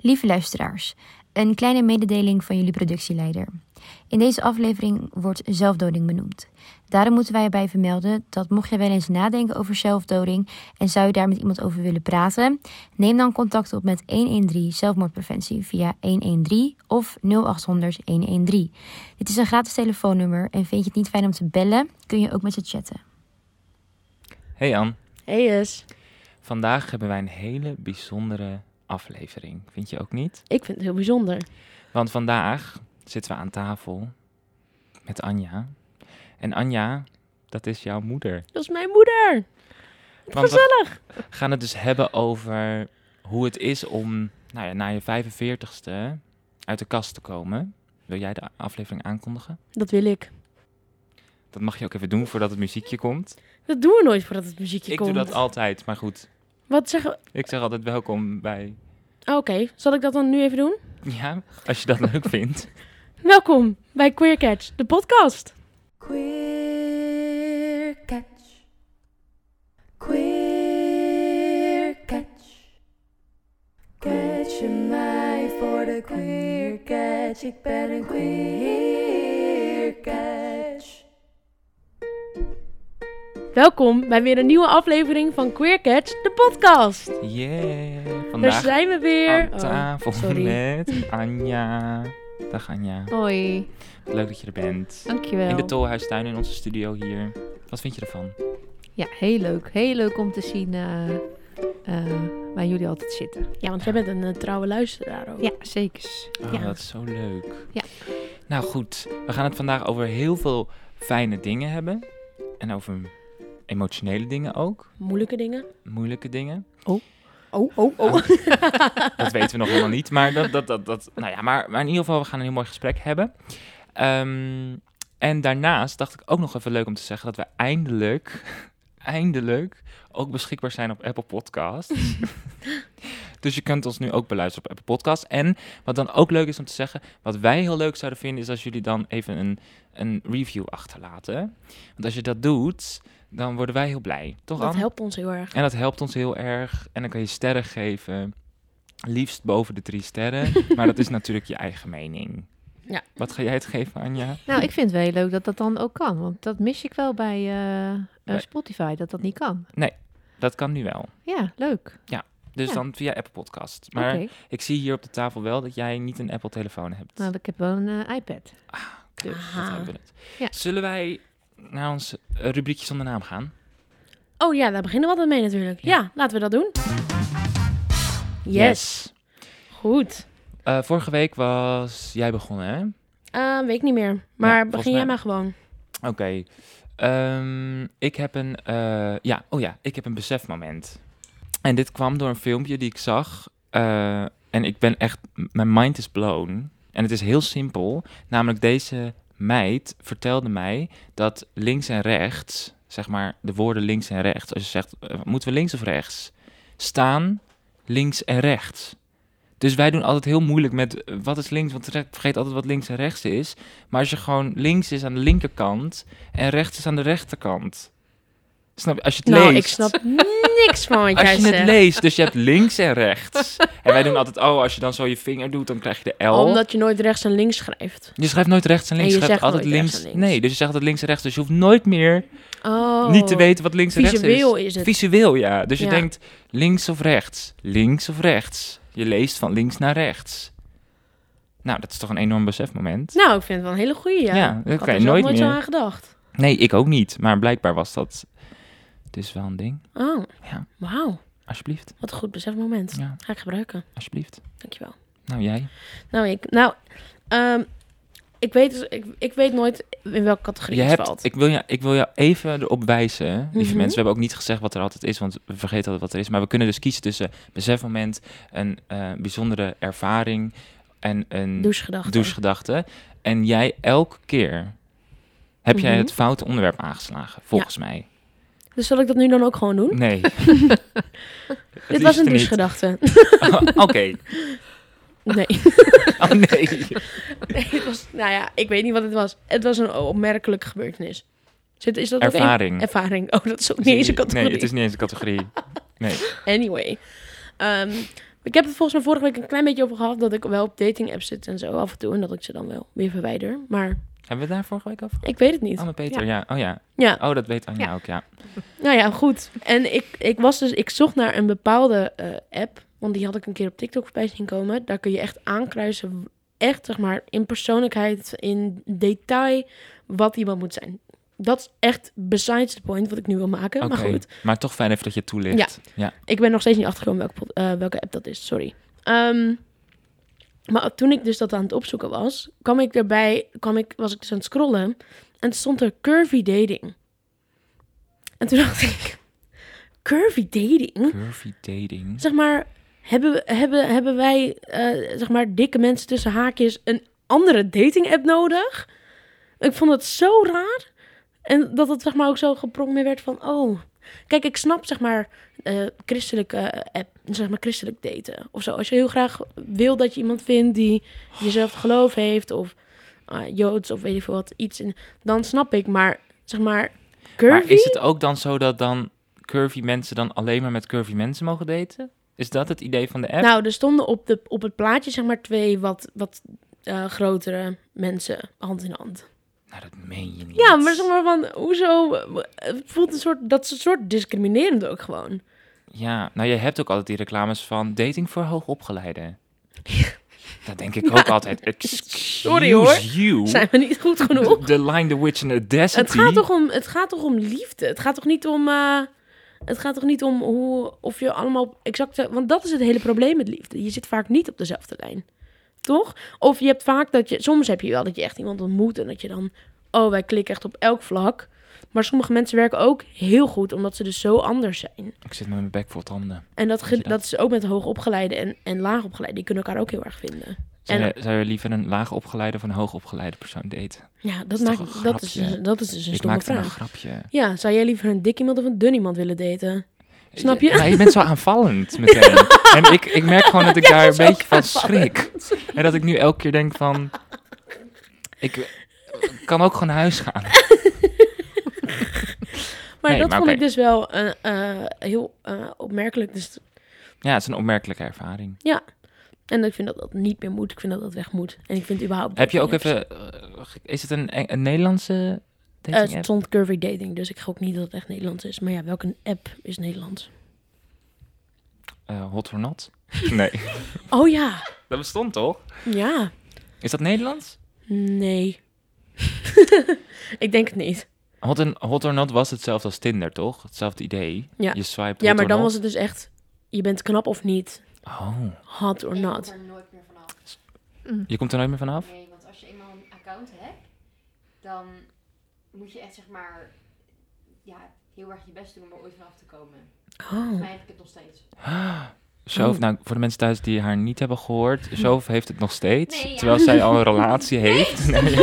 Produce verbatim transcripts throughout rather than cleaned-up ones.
Lieve luisteraars, een kleine mededeling van jullie productieleider. In deze aflevering wordt zelfdoding benoemd. Daarom moeten wij erbij vermelden dat mocht je wel eens nadenken over zelfdoding en zou je daar met iemand over willen praten, neem dan contact op met honderddertien zelfmoordpreventie via honderddertien of nul acht honderd honderddertien. Dit is een gratis telefoonnummer en vind je het niet fijn om te bellen, kun je ook met ze chatten. Hey Ann. Hey Jess. Vandaag hebben wij een hele bijzondere aflevering. Vind je ook niet? Ik vind het heel bijzonder. Want vandaag zitten we aan tafel met Anja. En Anja, dat is jouw moeder. Dat is mijn moeder. Want gezellig. We gaan het dus hebben over hoe het is om nou ja, na je vijfenveertigste uit de kast te komen. Wil jij de aflevering aankondigen? Dat wil ik. Dat mag je ook even doen voordat het muziekje komt. Dat doen we nooit voordat het muziekje ik komt. Ik doe dat altijd, maar goed. Wat zeggen we? Ik zeg altijd welkom bij... Oké, okay. Zal ik dat dan nu even doen? Ja, als je dat leuk vindt. Welkom bij Queer Catch, de podcast. Queer Catch. Queer Catch. Catch je mij voor de Queer Catch. Ik ben een Queer Catch. Welkom bij weer een nieuwe aflevering van Queer Catch, de podcast. Yeah, vandaag Daar zijn we weer. aan tafel oh, sorry. met Anja. Dag Anja. Hoi. Leuk dat je er bent. Dankjewel. In de Tolhuistuin in onze studio hier. Wat vind je ervan? Ja, heel leuk. Heel leuk om te zien uh, uh, waar jullie altijd zitten. Ja, want jij bent een uh, trouwe luisteraar ook. Ja, zeker. Oh, Ja. dat is zo leuk. Ja. Nou goed, we gaan het vandaag over heel veel fijne dingen hebben. En over emotionele dingen ook. Moeilijke dingen. Moeilijke dingen. Oh, oh, oh. Ah, dat weten we nog helemaal niet. Maar, dat, dat, dat, dat, nou ja, maar, maar in ieder geval, we gaan een heel mooi gesprek hebben. Um, en daarnaast dacht ik ook nog even leuk om te zeggen dat we eindelijk, eindelijk ook beschikbaar zijn op Apple Podcasts. Dus je kunt ons nu ook beluisteren op Apple Podcasts. En wat dan ook leuk is om te zeggen, wat wij heel leuk zouden vinden, is als jullie dan even een, een review achterlaten. Want als je dat doet, dan worden wij heel blij. Toch, Dat Anne? helpt ons heel erg. En dat helpt ons heel erg. En dan kan je sterren geven. Liefst boven de drie sterren. Maar dat is natuurlijk je eigen mening. Ja. Wat ga jij het geven, Anja? Nou, ik vind het wel heel leuk dat dat dan ook kan. Want dat mis ik wel bij uh, uh, Nee. Spotify, dat dat niet kan. Dat kan nu wel. Ja, leuk. Dus Ja. dan via Apple Podcast. Maar Oké. ik zie hier op de tafel wel dat jij niet een Apple telefoon hebt. Nou, ik heb wel een uh, iPad. Dus Ah. dat hebben we het. Ja. Zullen wij naar ons uh, rubriekje zonder naam gaan? Oh ja, daar beginnen we altijd mee natuurlijk. Ja, Ja. laten we dat doen. Yes. Goed. Uh, vorige week was jij begonnen, hè? Uh, weet ik niet meer. Maar Ja, begin volgens jij mij- maar gewoon. Oké. Okay. Um, ik heb een... Uh, ja, oh ja, ik heb een besefmoment. En dit kwam door een filmpje die ik zag. Uh, en ik ben echt... Mijn mind is blown. En het is heel simpel. Namelijk deze meid vertelde mij dat links en rechts... Zeg maar de woorden links en rechts. Als je zegt, uh, moeten we links of rechts? Staan links en rechts. Dus wij doen altijd heel moeilijk met uh, wat is links, want ik vergeet altijd wat links en rechts is. Maar als je gewoon links is aan de linkerkant en rechts is aan de rechterkant. Snap je? Als je het Nou, leest. ik snap niks van wat jij Als je zegt. het leest, dus je hebt links en rechts. En wij doen altijd, oh, als je dan zo je vinger doet, dan krijg je de L. Omdat je nooit rechts en links schrijft. Je schrijft nooit rechts en links, En je je schrijft zegt altijd nooit links. rechts en links. Nee, dus je zegt altijd links en rechts. Dus je hoeft nooit meer Oh. niet te weten wat links en rechts is. Visueel is het. Visueel, ja. Dus je Ja. denkt links of rechts, links of rechts. Je leest van links naar rechts. Nou, dat is toch een enorm besefmoment. Nou, ik vind het wel een hele goeie, ja. Ja, dat ik kan had je er zelf nooit nooit meer. zo aan gedacht. Nee, ik ook niet. Maar blijkbaar was dat dus wel een ding. Oh, Ja. wauw. Alsjeblieft. Wat een goed besefmoment. Ja, Ga ik gebruiken. alsjeblieft. Dankjewel. Nou, jij? Nou, ik, nou, um, ik, weet, ik, ik weet nooit in welke categorie Je het hebt, valt. ik, wil jou, ik wil jou even erop wijzen, lieve Mhm. mensen. We hebben ook niet gezegd wat er altijd is, want we vergeten altijd wat er is. Maar we kunnen dus kiezen tussen besefmoment, een uh, bijzondere ervaring en een Douchegedachte. douchegedachte. En jij elke keer heb jij Mhm. het foute onderwerp aangeslagen, volgens mij. Dus zal ik dat nu dan ook gewoon doen? Nee. Dit was een douchegedachte. Oké. Okay. Nee. Oh nee. nee het was, nou ja, ik weet niet wat het was. Het was een opmerkelijke gebeurtenis. Zit, is dat ook Ervaring. een ervaring? Oh, dat is ook niet eens een categorie. Nee, het is niet eens een categorie. Nee. Anyway. Um, Ik heb het volgens mij vorige week een klein beetje over gehad... dat ik wel op dating apps zit en zo af en toe... en dat ik ze dan wel weer verwijder. Maar Hebben we het daar vorige week over? ik weet het niet. Oh, met Peter, ja. Oh ja. Ja, Oh, dat weet Anja Ja. ook, ja. nou ja, goed. En ik, ik was dus... Ik zocht naar een bepaalde eh, app... want die had ik een keer op TikTok voorbij zien komen. Daar kun je echt aankruisen... echt, zeg maar, in persoonlijkheid... in detail... wat iemand moet zijn. Dat is echt besides the point... wat ik nu wil maken. Oké, Maar goed. maar toch fijn even dat je het toelicht. Ja. Ik ben nog steeds niet achtergekomen welke, pod- eh, welke app dat is, sorry. Ehm, maar toen ik dus dat aan het opzoeken was, kwam ik erbij, kwam ik, was ik dus aan het scrollen en toen stond er curvy dating. En toen dacht ik, curvy dating? Curvy dating. Zeg maar, hebben, we- hebben, hebben wij, eh, zeg maar, dikke mensen tussen haakjes een andere dating app nodig? Ik vond het zo raar. En dat het, zeg maar, ook zo geprogrammeerd werd van, oh... Kijk, ik snap, zeg maar, eh christelijke eh, app, zeg maar, christelijk daten of zo. Als je heel graag wil dat je iemand vindt die jezelf geloof heeft of ah, Joods of weet ik veel wat, iets, in, dan snap ik. Maar, zeg maar, curvy? Maar is het ook dan zo dat dan curvy mensen dan alleen maar met curvy mensen mogen daten? Is dat het idee van de app? Nou, er stonden op, de, op het plaatje, zeg maar, twee wat, wat eh, grotere mensen hand in hand. Nou, dat meen je niet. Ja, maar zeg maar van, hoezo? Het voelt een soort, dat is een soort discriminerend ook gewoon. Ja, nou, je hebt ook altijd die reclames van dating voor hoogopgeleiden. Dat denk ik ook altijd. Excuse Sorry, hoor. you. Zijn we niet goed genoeg? The, the Line, The Witch and Audacity. Het gaat toch om, het gaat toch om liefde? Het gaat toch niet om, eh, het gaat toch niet om hoe, of je allemaal exact, want dat is het hele probleem met liefde. Je zit vaak niet op dezelfde lijn, toch? Of je hebt vaak dat je, soms heb je wel dat je echt iemand ontmoet en dat je dan, oh, wij klikken echt op elk vlak. Maar sommige mensen werken ook heel goed, omdat ze dus zo anders zijn. Ik zit met mijn bek vol tanden. En dat, Weet ge- je dat? dat is ook met hoogopgeleide en, en laagopgeleide. Die kunnen elkaar ook heel erg vinden. Zou, En- je, zou je liever een laagopgeleide of een hoogopgeleide persoon daten? Ja, dat, Dat is toch maakt, een dat, is, grapje? dat is dus een Ik stomme maakte een vraag. grapje. Ja, zou jij liever een dik iemand of een dun iemand willen daten? Snap je? Maar je bent zo aanvallend meteen. En ik, ik merk gewoon dat ik daar een bent beetje ook van schrik. En dat ik nu elke keer denk van... Ik kan ook gewoon naar huis gaan. Maar Nee, dat maar vond oké. ik dus wel eh, eh, heel eh, opmerkelijk. Dus, Ja, het is een opmerkelijke ervaring. en ik vind dat dat niet meer moet. Ik vind dat dat weg moet. En ik vind überhaupt... Heb je ook dating even... eh, is het een, een Nederlandse apps- Eh, dating het app? stond curvy dating, dus ik ga ook niet dat het echt Nederlands is. Maar ja, welke app is Nederlands? Eh, Hot or Not? Nee. Oh ja, Dat bestond toch? ja. Is dat Nederlands? Nee. Ik denk het niet. Hot, en, Hot or Not was hetzelfde als Tinder, toch? Hetzelfde idee. Ja. Je swiped Ja, hot maar or dan not. was het dus echt... Je bent knap of niet, Oh, hot or Ik kom not. er nooit meer vanaf. je komt er nooit meer vanaf? Nee, want als je eenmaal een account hebt, dan moet je echt zeg maar ja, heel erg je best doen om er ooit vanaf te komen. Oh. Volgens mij heb ik het nog steeds. Sjoof, Oh. nou, voor de mensen thuis die haar niet hebben gehoord, Sjoof heeft het nog steeds, Nee, ja. terwijl zij al een relatie heeft. Nee,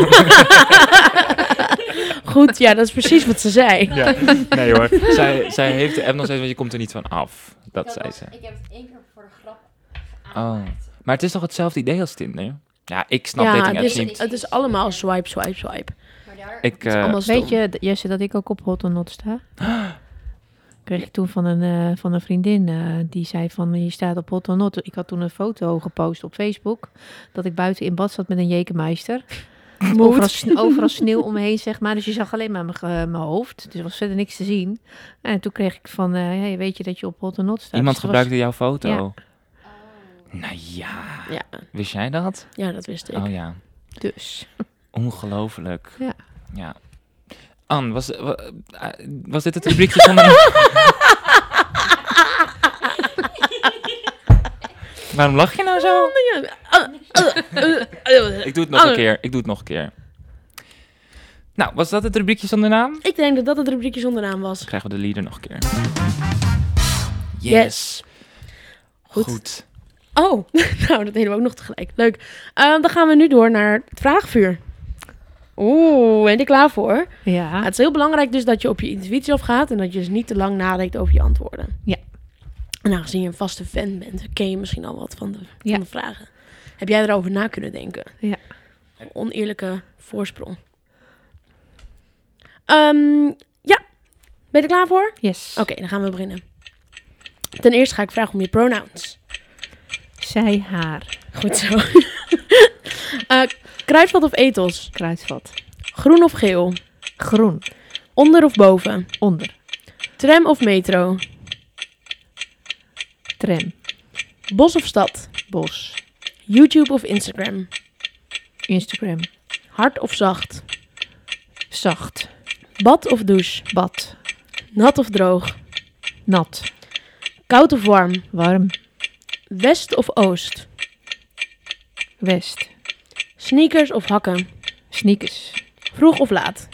Goed, ja, dat is precies wat ze zei. ja, nee hoor, zij, zij heeft de app nog steeds, want je komt er niet van af. Dat Ik zei had ze. wel- Ik heb het één keer voor de grap Oh. aangemaakt. Maar het is toch hetzelfde idee als Tinder? Ja, ik snap Ja, dating het apps is, niet. het is allemaal swipe, swipe, swipe. Maar daar... Ik, Het is eh, allemaal stom. Weet je, d- Jesse, dat ik ook op Hot or Not sta? Kreeg ik toen van een, eh, van een vriendin. eh, die zei van, je staat op Hot or Not. Ik had toen een foto gepost op Facebook. Dat ik buiten in bad zat met een jekenmeister. Overal, sne- overal sneeuw om me heen, zeg maar. Dus je zag alleen maar mijn, ge- mijn hoofd. Dus er was verder niks te zien. En toen kreeg ik van, eh, ja, weet je dat je op Hot or Not staat? Iemand Dus dat was- gebruikte jouw foto. Ja. Oh. Nou ja, Ja, wist jij dat? ja, dat wist ik. Oh ja, Dus. ongelooflijk. Ja. Ja. Ann, was, wa- eh, was dit het rubriekje van de... Waarom lach je nou zo? Ja, uh, uh, uh, uh. Ik doe het nog een Oh. keer. Ik doe het nog een keer. Nou, was dat het rubriekje zonder naam? Ik denk dat dat het rubriekje zonder naam was. Dan krijgen we de leader nog een keer. Yes. Goed. Goed. Oh, nou, dat deden we ook nog tegelijk. Leuk. Ehm, dan gaan we nu door naar het vraagvuur. Oeh, ben je er klaar voor? Ja. Het is heel belangrijk dus dat je op je intuïtie afgaat en dat je dus niet te lang nadenkt over je antwoorden. Ja. En aangezien je een vaste fan bent, ken je misschien al wat van de, Ja. van de vragen. Heb jij erover na kunnen denken? Ja. Oneerlijke voorsprong. Ehm, ja, ben je er klaar voor? Yes. Oké, dan gaan we beginnen. Ten eerste ga ik vragen om je pronouns. zij, haar. Goed zo. uh, kruidvat of ethos? Kruidvat. Groen of geel? Groen. Onder of boven? Onder. Tram of metro? Tram. Bos of stad? Bos. YouTube of Instagram? Instagram. Hard of zacht? Zacht. Bad of douche? Bad. Nat of droog? Nat. Koud of warm? Warm. West of oost? West. Sneakers of hakken? Sneakers. Vroeg of laat?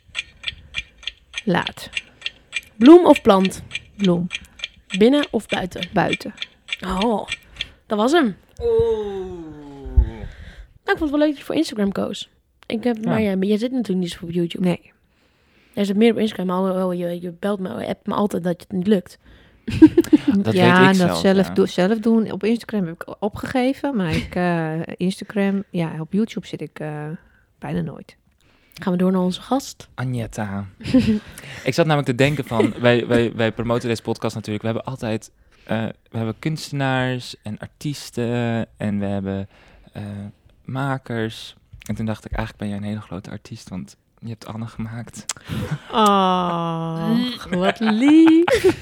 Laat. Bloem of plant? Bloem. Binnen of buiten? Buiten. Oh, dat was hem. Oeh. Nou, ik vond het wel leuk dat je voor Instagram koos. Ik heb, Ja. Maar jij, jij zit natuurlijk niet zo op YouTube. Nee. Jij zit meer op Instagram, maar alhoewel je, je belt me, appt me altijd dat het niet lukt. Dat ja, weet ik en dat zelf, zelf, ja. do- zelf doen op Instagram heb ik opgegeven. Maar ik, eh, Instagram, ja, op YouTube zit ik eh, bijna nooit. Gaan we door naar onze gast. Agneta. Ik zat namelijk te denken van, wij, wij, wij promoten deze podcast natuurlijk. We hebben altijd, uh, we hebben kunstenaars en artiesten en we hebben uh, makers. En toen dacht ik, eigenlijk ben jij een hele grote artiest, want je hebt Anne gemaakt. Oh, Wat lief.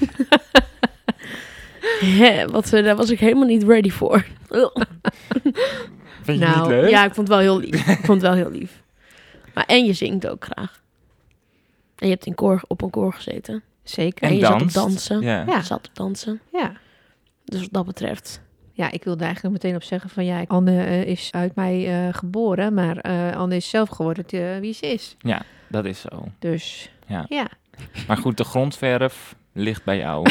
Hè, wat, uh, daar was ik helemaal niet ready voor. Vind je nou, niet leuk? ja, ik vond het wel heel lief. Ik vond het wel heel lief. Maar en je zingt ook graag. En je hebt in koor, op een koor gezeten. zeker. En, En je zat op danst. dansen. Ja. Ja. Je zat op dansen. Ja. Dus wat dat betreft. Ja, ik wilde eigenlijk meteen op zeggen van ja, Anne eh, is uit mij uh, geboren, maar uh, Anne is zelf geworden uh, wie ze is. Ja, dat is zo. Dus Ja. ja. Maar goed, de grondverf ligt bij jou.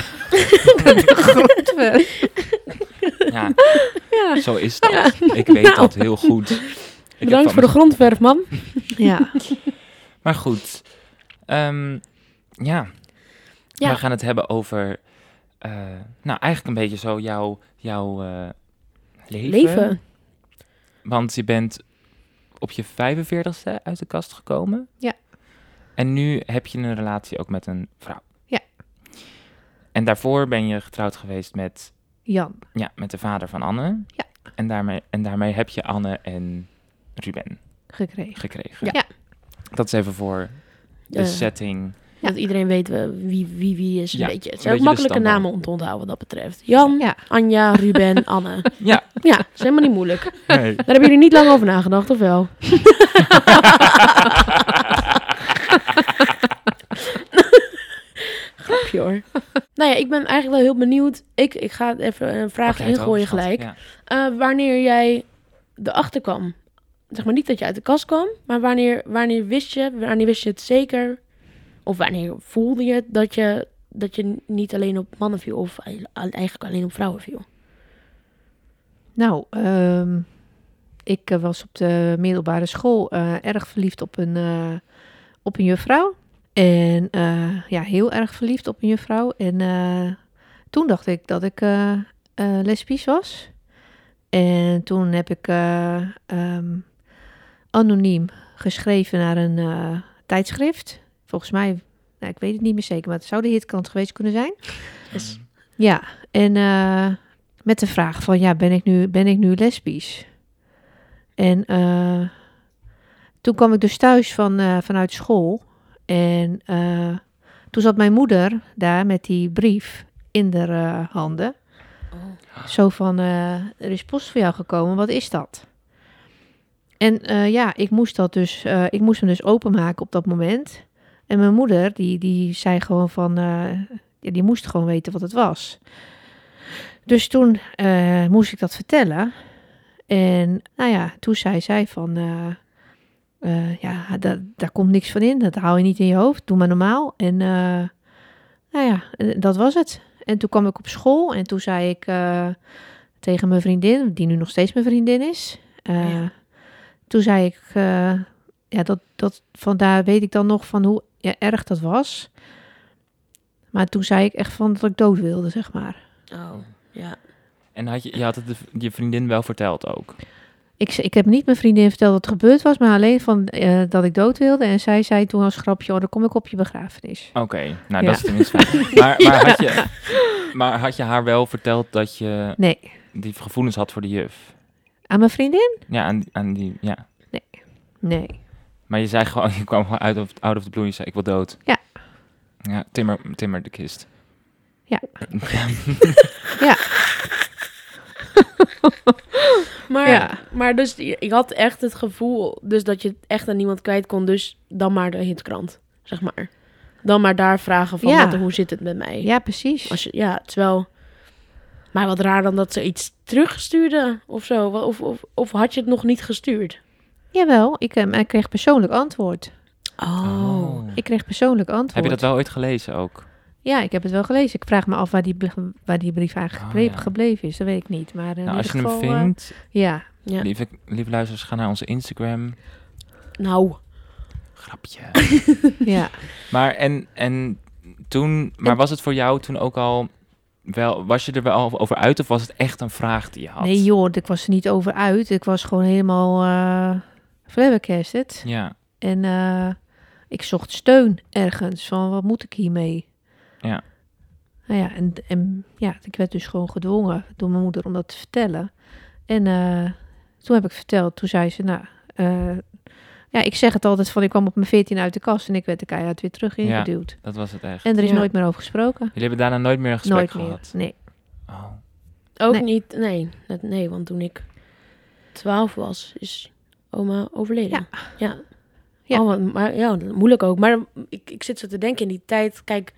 Ja, ja. zo is dat. Ik weet dat heel goed. Ik heb Bedankt van voor de grondverf, man. ja. Maar goed, um, ja. Ja. We gaan het hebben over, uh, nou eigenlijk een beetje zo jouw, jouw uh, leven. Leven. Want je bent op je vijfenveertigste uit de kast gekomen. Ja. En nu heb je een relatie ook met een vrouw. Ja. En daarvoor ben je getrouwd geweest met, Jan. ja, met de vader van Anne. Ja. En daarmee, en daarmee heb je Anne en Ruben Gekregen. gekregen. Ja. Dat is even voor de Uh, setting. Ja. Dat iedereen weet we, wie, wie wie is. Een Ja, beetje. Het een zijn ook beetje de makkelijke standaard. namen om te onthouden wat dat betreft. Jan, Ja. Anja, Ruben, Anne. Ja, Ja, dat is helemaal niet moeilijk. nee. Daar hebben jullie niet lang over nagedacht, of wel? Grapje hoor. Nou ja, ik ben eigenlijk wel heel benieuwd. Ik, ik ga even een vraag Pak jij het ingooien over, schat? gelijk. Ja. Uh, wanneer jij erachter kwam. Zeg maar niet dat je uit de kast kwam. Maar wanneer, wanneer wist je, wanneer wist je het zeker? Of wanneer voelde je dat je, dat je niet alleen op mannen viel. Of eigenlijk alleen op vrouwen viel. Nou, um, ik uh, was op de middelbare school uh, erg verliefd op een, uh, op een juffrouw. En uh, ja, heel erg verliefd op een juffrouw. En uh, toen dacht ik dat ik uh, uh, lesbisch was. En toen heb ik uh, um, anoniem geschreven naar een uh, tijdschrift. Volgens mij, nou, ik weet het niet meer zeker, maar het zou de Hitkrant geweest kunnen zijn. Dus, Ja, en uh, met de vraag van, ja, ben ik nu, ben ik nu lesbisch? En uh, toen kwam ik dus thuis van, uh, vanuit school. En uh, toen zat mijn moeder daar met die brief in de uh, handen. oh. Zo van, uh, er is post voor jou gekomen, wat is dat? En uh, ja, ik moest dat dus, uh, ik moest hem dus openmaken op dat moment. En mijn moeder, die, die zei gewoon van, uh, ja, die moest gewoon weten wat het was. Dus toen uh, moest ik dat vertellen. En nou ja, toen zei zij van, uh, uh, ja, da, daar komt niks van in. Dat hou je niet in je hoofd, doe maar normaal. En uh, nou ja, dat was het. En toen kwam ik op school en toen zei ik uh, tegen mijn vriendin, die nu nog steeds mijn vriendin is. Uh, ja. Toen zei ik, uh, ja, dat, dat, vandaar weet ik dan nog van hoe ja, erg dat was. Maar toen zei ik echt van dat ik dood wilde, zeg maar. Oh, ja. En had je, je had het de, je vriendin wel verteld ook? Ik, ik heb niet mijn vriendin verteld wat er gebeurd was, maar alleen van uh, dat ik dood wilde. En zij zei toen als grapje, oh, dan kom ik op je begrafenis. Oké, okay, nou ja. dat is tenminste fijn. Maar, maar, had je, maar had je haar wel verteld dat je... Nee. die gevoelens had voor de juf. Aan mijn vriendin? Ja, aan, aan die, ja. Nee. Maar je zei gewoon, je kwam gewoon uit of, out of the blue en je zei, ik wil dood. Ja. Ja, timmer, timmer de kist. Ja. Ja. maar, Ja. maar dus, je- ik had echt het gevoel dus dat je het echt aan niemand kwijt kon. Dus dan maar de hitkrant, zeg maar. Dan maar daar vragen van, Ja. wat, hoe zit het met mij? Ja, precies. Als je, ja, het is wel... Maar wat raar dan dat ze iets terugstuurde of zo. Of, of, of had je het nog niet gestuurd? Jawel, ik, eh, ik kreeg persoonlijk antwoord. Oh. Ik kreeg persoonlijk antwoord. Heb je dat wel ooit gelezen ook? Ja, ik heb het wel gelezen. Ik vraag me af waar die, ble- waar die brief eigenlijk Oh, geble- ja. gebleven is. Dat weet ik niet. Maar in Nou, als je ieder hem geval, eh, vindt, ja. Ja. lieve, lieve luisteraars, ga naar onze Instagram. Nou, Grapje. ja. Maar en, en toen, maar En- was het voor jou toen ook al wel, was je er wel over uit of was het echt een vraag die je had? Nee joh, ik was er niet over uit. Ik was gewoon helemaal uh, flabbergasted. Ja, En eh, ik zocht steun ergens van wat moet ik hiermee? Ja. Nou ja, en, en ja, ik werd dus gewoon gedwongen door mijn moeder om dat te vertellen. En uh, toen heb ik verteld, toen zei ze, nou, uh, ja, ik zeg het altijd van, ik kwam op mijn veertien uit de kast en ik werd er keihard weer terug ingeduwd. dat was het echt. En er is Ja. nooit meer over gesproken. Jullie hebben daarna nooit meer een gesprek Nooit gehad? meer, nee. Oh. ook Nee. niet. Nee, dat- nee, want toen ik twaalf was, is oma overleden. Ja. Ja. Ja. Oh, wat- maar ja, moeilijk ook. Maar ik, ik zit zo te denken in die tijd. Kijk,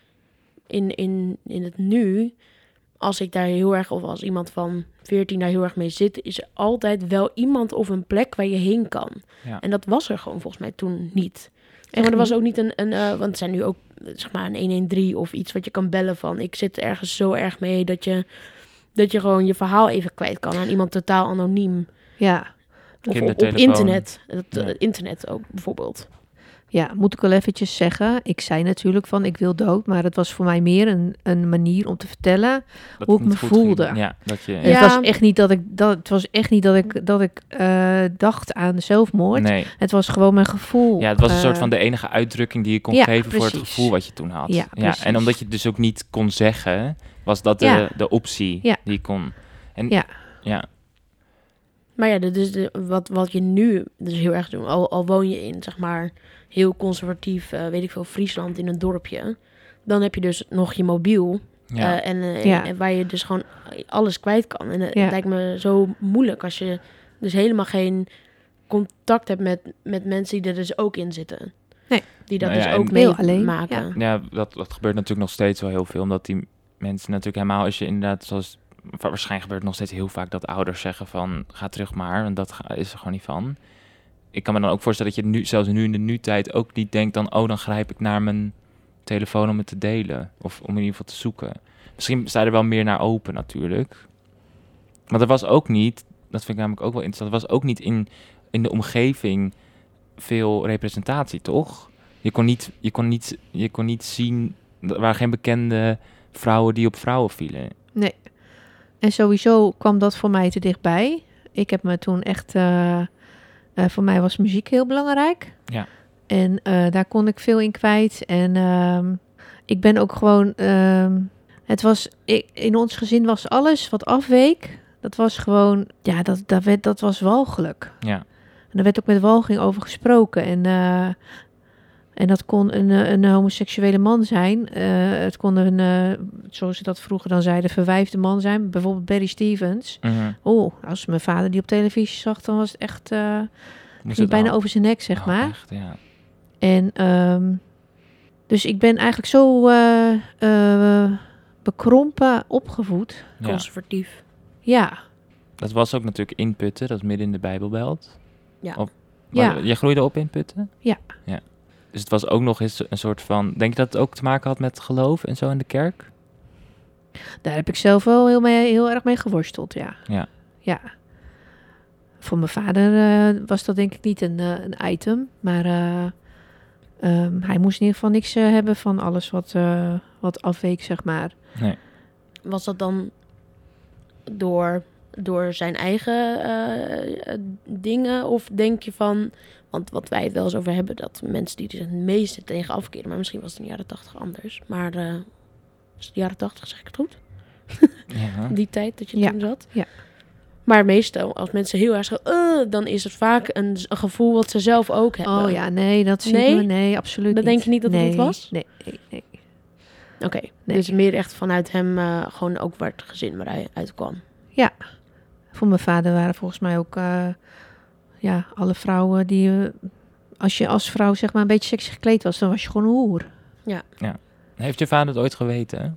in, in, in het nu, als ik daar heel erg, of als iemand van veertien daar heel erg mee zit, is er altijd wel iemand of een plek waar je heen kan. Ja. En dat was er gewoon volgens mij toen niet. Echt En maar er was niet? ook niet een, een uh, want er zijn nu ook, zeg maar, een honderddertien of iets wat je kan bellen van, ik zit ergens zo erg mee dat je, dat je gewoon je verhaal even kwijt kan aan iemand totaal anoniem. Ja, Of op, op Kindertelefoon. internet. Het, Ja. het internet ook bijvoorbeeld. ja, moet ik wel eventjes zeggen. Ik zei natuurlijk van, ik wil dood. Maar het was voor mij meer een, een manier om te vertellen. Dat Hoe het ik niet me goed ging. voelde. Ja, dat je... En Ja. Het was echt niet dat ik, dat, het was echt niet dat ik, dat ik uh, dacht aan zelfmoord. Nee. Het was gewoon mijn gevoel. Ja, het was een uh, soort van de enige uitdrukking die je kon ja, geven voor het precies. gevoel wat je toen had. Ja, precies. En omdat je het dus ook niet kon zeggen, was dat de, Ja. de optie Ja. die je kon. En Ja. ja. Maar ja, de- dus de, wat, wat je nu dus heel erg doet, al, al woon je in, zeg maar, heel conservatief, uh, weet ik veel, Friesland in een dorpje, dan heb je dus nog je mobiel. Ja. Uh, en, uh, Ja. en, en waar je dus gewoon alles kwijt kan. En uh, Ja. het lijkt me zo moeilijk als je dus helemaal geen contact hebt met, met mensen die er dus ook in zitten. Nee. Die dat Nou ja, dus ook en- Heel alleen, meemaken. Ja, dat, dat gebeurt natuurlijk nog steeds wel heel veel. Omdat die mensen natuurlijk helemaal, als je inderdaad, zoals waarschijnlijk gebeurt het nog steeds heel vaak dat ouders zeggen van, ga terug maar. Want dat ga- is er gewoon niet van. Ik kan me dan ook voorstellen dat je nu, zelfs nu in de nu-tijd ook niet denkt dan, oh, dan grijp ik naar mijn telefoon om het te delen. Of om in ieder geval te zoeken. Misschien sta je er wel meer naar open natuurlijk. Maar er was ook niet, dat vind ik namelijk ook wel interessant, er was ook niet in, in de omgeving veel representatie, toch? Je kon niet, je kon niet, je kon niet zien, er waren geen bekende vrouwen die op vrouwen vielen. Nee. En sowieso kwam dat voor mij te dichtbij. Ik heb me toen echt... Uh, uh, voor mij was muziek heel belangrijk. Ja. En uh, daar kon ik veel in kwijt. En uh, ik ben ook gewoon... Uh, het was... Ik, in ons gezin was alles wat afweek. Dat was gewoon... Ja, dat, dat, werd, dat was walgelijk. Ja. En er werd ook met walging over gesproken. En... Uh, En dat kon een, een homoseksuele man zijn. Uh, het kon een, uh, zoals ze dat vroeger dan zeiden, verwijfde man zijn. Bijvoorbeeld Barry Stevens. Mm-hmm. Oh, als mijn vader die op televisie zag, dan was het echt... Uh, Moest ging bijna al? over zijn nek, zeg Oh, maar. Echt, ja. En um, dus ik ben eigenlijk zo uh, uh, bekrompen opgevoed. Ja. Conservatief. Ja. Dat was ook natuurlijk in Putten, dat is midden in de Bijbelbelt. Ja. Of, Ja. Jij groeide op in Putten? Ja. Ja. Dus het was ook nog eens een soort van... Denk je dat het ook te maken had met geloof en zo in de kerk? Daar heb ik zelf wel heel, mee, heel erg mee geworsteld, ja. Ja. Ja. Voor mijn vader uh, was dat denk ik niet een, uh, een item. Maar uh, um, hij moest in ieder geval niks uh, hebben van alles wat, uh, wat afweek, zeg maar. Nee. Was dat dan door, door zijn eigen uh, dingen? Of denk je van... Want wat wij het wel eens over hebben, dat mensen die er het meeste tegen afkeren... maar misschien was het in de jaren tachtig anders. Maar uh, is het de jaren tachtig, zeg ik het goed? Ja. Die tijd dat je Ja. toen zat. Ja. Maar meestal, als mensen heel erg zo... "Uh", dan is het vaak een, een gevoel wat ze zelf ook hebben. Oh ja, nee, dat zien Nee? we. Nee, absoluut Dat niet. denk je niet dat het nee, het was? Nee, nee, nee. Oké, Nee. dus meer echt vanuit hem uh, gewoon ook waar het gezin waar hij uitkwam. Voor mijn vader waren volgens mij ook... Uh, ja, alle vrouwen die... Uh, als je als vrouw zeg maar een beetje sexy gekleed was, dan was je gewoon een hoer. Heeft je vader het ooit geweten?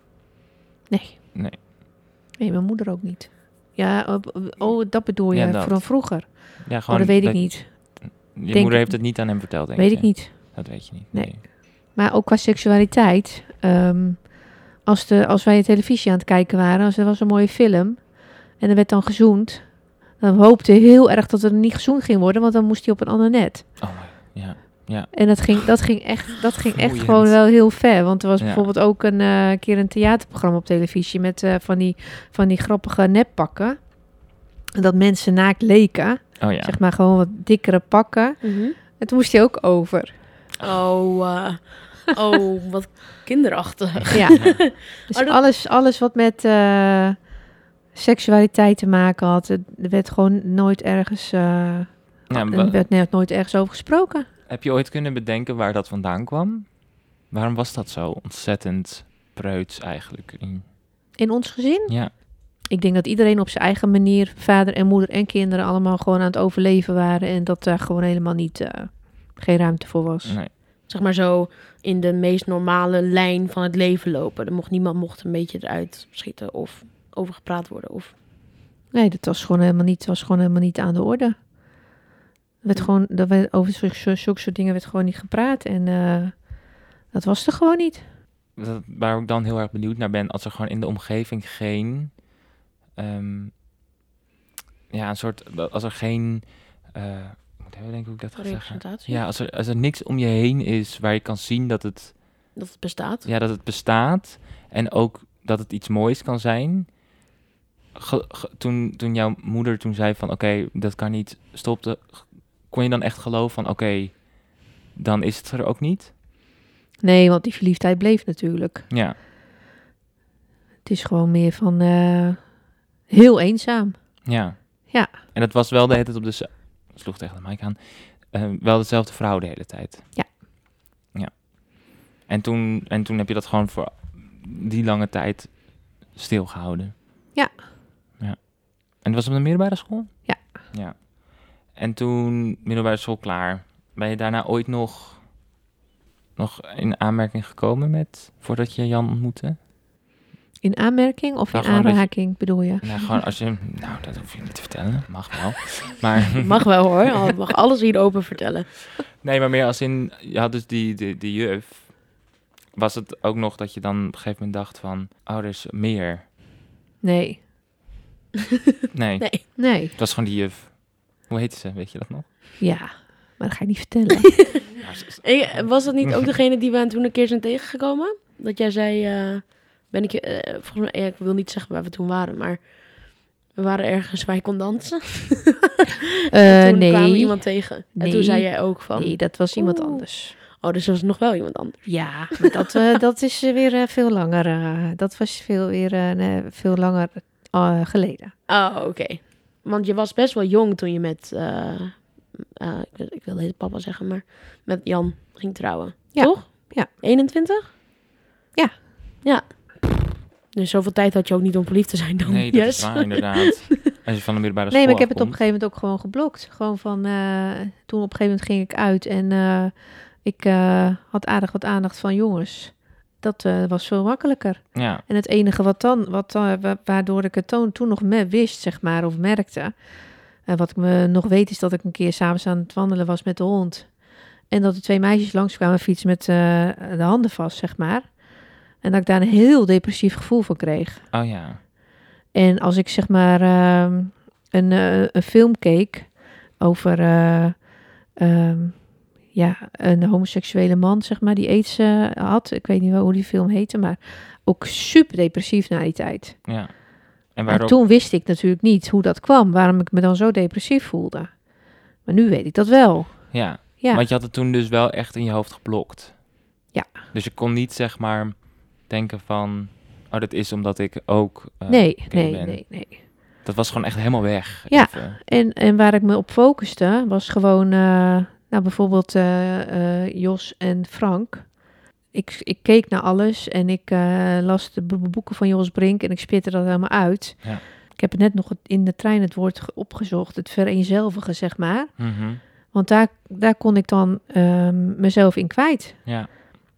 Nee. Nee. Nee, mijn moeder ook niet. Ja, oh, dat bedoel je, Ja, dat. van vroeger. Ja, Oh, gewoon dat weet ik niet. Je Denk moeder ik- heeft het niet aan hem verteld, denk Weet je? ik niet. Dat weet je niet. Nee. Maar ook qua seksualiteit. ehm, als, de, als wij televisie aan het kijken waren, als er was een mooie film en er werd dan gezoend, dan hoopte ik heel erg dat er niet gezoend ging worden, want dan moest hij op een ander net. Oh, ja. En dat ging, dat ging echt, dat ging echt Vermoeiend. gewoon wel heel ver. Want er was Ja. bijvoorbeeld ook een eh, keer een theaterprogramma op televisie met eh, van, die, van die grappige neppakken. Dat mensen naakt leken. Oh ja. Zeg maar gewoon wat dikkere pakken. En toen moest hij ook over. Oh, uh, oh, wat kinderachtig. Ja. Dus Oh, dat- alles, alles wat met eh, seksualiteit te maken had, er werd gewoon nooit ergens, eh, Ja, er wa- werd net nooit ergens over gesproken. Heb je ooit kunnen bedenken waar dat vandaan kwam? Waarom was dat zo ontzettend preuts eigenlijk? In- In ons gezin, Ja, ik denk dat iedereen op zijn eigen manier, vader en moeder en kinderen, allemaal gewoon aan het overleven waren. En dat daar gewoon helemaal niet, eh, geen ruimte voor was. nee. Zeg maar zo in de meest normale lijn van het leven lopen. Er mocht niemand mocht een beetje eruit schieten of over gepraat worden. Of... Nee, dat was gewoon helemaal niet, was gewoon helemaal niet aan de orde. Er werd gewoon, dat werd, over zulke, zulke soort dingen werd gewoon niet gepraat. En eh, dat was er gewoon niet. Dat, waar ik dan heel erg benieuwd naar ben, als er gewoon in de omgeving geen... ehm, ja, een soort... Als er geen... eh, ik moet even denken hoe ik dat ga zeggen. Representatie? Ja, als er, als er niks om je heen is waar je kan zien dat het, Dat het bestaat. ja, dat het bestaat. En ook dat het iets moois kan zijn. Ge- ge- toen, toen jouw moeder toen zei van oké, dat kan niet, stopte. Kon je dan echt geloven van oké, dan is het er ook niet? Nee, want die verliefdheid bleef natuurlijk. Ja, Het is gewoon meer van eh, heel eenzaam. ja. Ja. En dat was wel de hele tijd op de... z- sloeg tegen de mic aan. eh, wel dezelfde vrouw de hele tijd. Ja. Ja. En toen, en toen heb je dat gewoon voor die lange tijd stilgehouden. Ja. Ja. En dat was op de middelbare school? Ja. Ja. En toen middelbare school klaar. Ben je daarna ooit nog, nog in aanmerking gekomen met, voordat je Jan ontmoette? In aanmerking of Nou, in gewoon dat je- aanraking bedoel je? Nou, gewoon als je... Nou, dat hoef je niet te vertellen. Mag wel. Maar... Mag wel hoor. Je mag alles hier open vertellen. Nee, maar meer als in... Je had dus die, die, die juf. Was het ook nog dat je dan op een gegeven moment dacht van... Oh, er is meer. Nee. Nee, Nee. Nee. het was gewoon die juf. Hoe heette ze? Weet je dat nog? Ja, maar dat ga ik niet vertellen. Ja, ze- ze- En was dat niet ook degene die we toen een keer zijn tegengekomen? Dat jij zei, eh, ben ik je, eh, volgens mij, ja, ik wil niet zeggen waar we toen waren, maar we waren ergens waar je kon dansen. Eh, en toen nee. kwamen we iemand tegen. En Nee. toen zei jij ook van, Nee, dat was iemand Oeh. anders. oh, dus was nog wel iemand anders. Ja, maar dat, eh, dat is eh, weer eh, veel langer. eh, dat was veel, weer eh, nee, veel langer eh, geleden. Oh, oké. Want je was best wel jong toen je met, eh, eh, ik, wil- ik wilde het papa zeggen, maar met Jan ging trouwen. Ja. Toch? Ja. eenentwintig? Ja. Ja. Dus zoveel tijd had je ook niet om verliefd te zijn dan. Nee, dat Yes. is waar inderdaad. Als je van de middelbare school Nee, maar ik heb het op een afkomt. gegeven moment ook gewoon geblokt. Gewoon van, eh, toen op een gegeven moment ging ik uit en eh, ik eh, had aardig wat aandacht van jongens. Dat eh, was veel makkelijker. Ja, En het enige wat dan, wat, dan- wa- waardoor ik het toen, toen nog me wist, zeg maar, of merkte. En wat ik me nog weet is dat ik een keer s'avonds aan het wandelen was met de hond. En dat er twee meisjes langskwamen fietsen met eh, de handen vast, zeg maar. En dat ik daar een heel depressief gevoel van kreeg. oh ja. En als ik zeg maar ehm, een, eh, een film keek over eh, ehm, ja, een homoseksuele man, zeg maar, die aids eh, had. Ik weet niet wel hoe die film heette, maar ook super depressief na die tijd. Ja. En En waarop... toen wist ik natuurlijk niet hoe dat kwam, waarom ik me dan zo depressief voelde. Maar nu weet ik dat wel. Ja. Ja, Want je had het toen dus wel echt in je hoofd geblokt. Ja. Dus je kon niet zeg maar denken van... Oh, dat is omdat ik ook uh, nee, gay nee, ben. nee, nee. Dat was gewoon echt helemaal weg. Ja. Even. En, en waar ik me op focuste was gewoon, uh, nou bijvoorbeeld uh, uh, Jos en Frank. Ik, ik keek naar alles en ik uh, las de bo- boeken van Jos Brink en ik spitte dat helemaal uit. Ja. Ik heb net nog in de trein het woord ge- opgezocht, het vereenzelvigen, zeg maar. Mm-hmm. Want daar, daar kon ik dan um, mezelf in kwijt. Ja.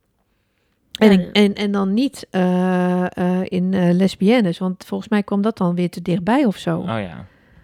En, Ja, ik, en, en dan niet uh, uh, in uh, lesbiennes, want volgens mij kwam dat dan weer te dichtbij of zo. Oh ja.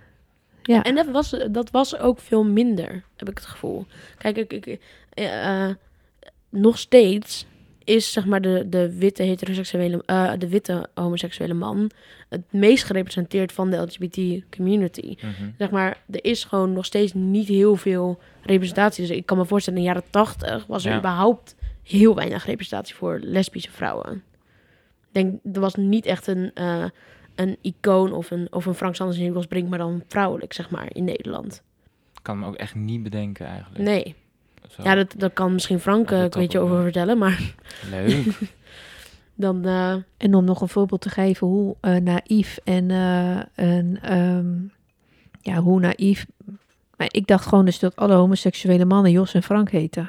Ja. En dat was, dat was ook veel minder, heb ik het gevoel. Kijk, ik, ik, uh, nog steeds is zeg maar de, de witte heteroseksuele, uh, de witte homoseksuele man het meest gerepresenteerd van de L G B T community. Mm-hmm. Zeg maar, er is gewoon nog steeds niet heel veel representatie. Dus ik kan me voorstellen, in de jaren tachtig was er Ja. überhaupt heel weinig representatie voor lesbische vrouwen. Ik denk, er was niet echt een, uh, een icoon of een, of een Frank Sanders en Jos Brink, maar dan vrouwelijk, zeg maar, in Nederland. Ik kan me ook echt niet bedenken eigenlijk. Nee. Zo. Ja, dat, dat kan misschien Frank Of uh, het een beetje ook wel. over vertellen, maar Leuk. dan... Uh, En om nog een voorbeeld te geven hoe uh, naïef en, uh, en um, ja, hoe naïef. Maar ik dacht gewoon dus dat alle homoseksuele mannen Jos en Frank heten.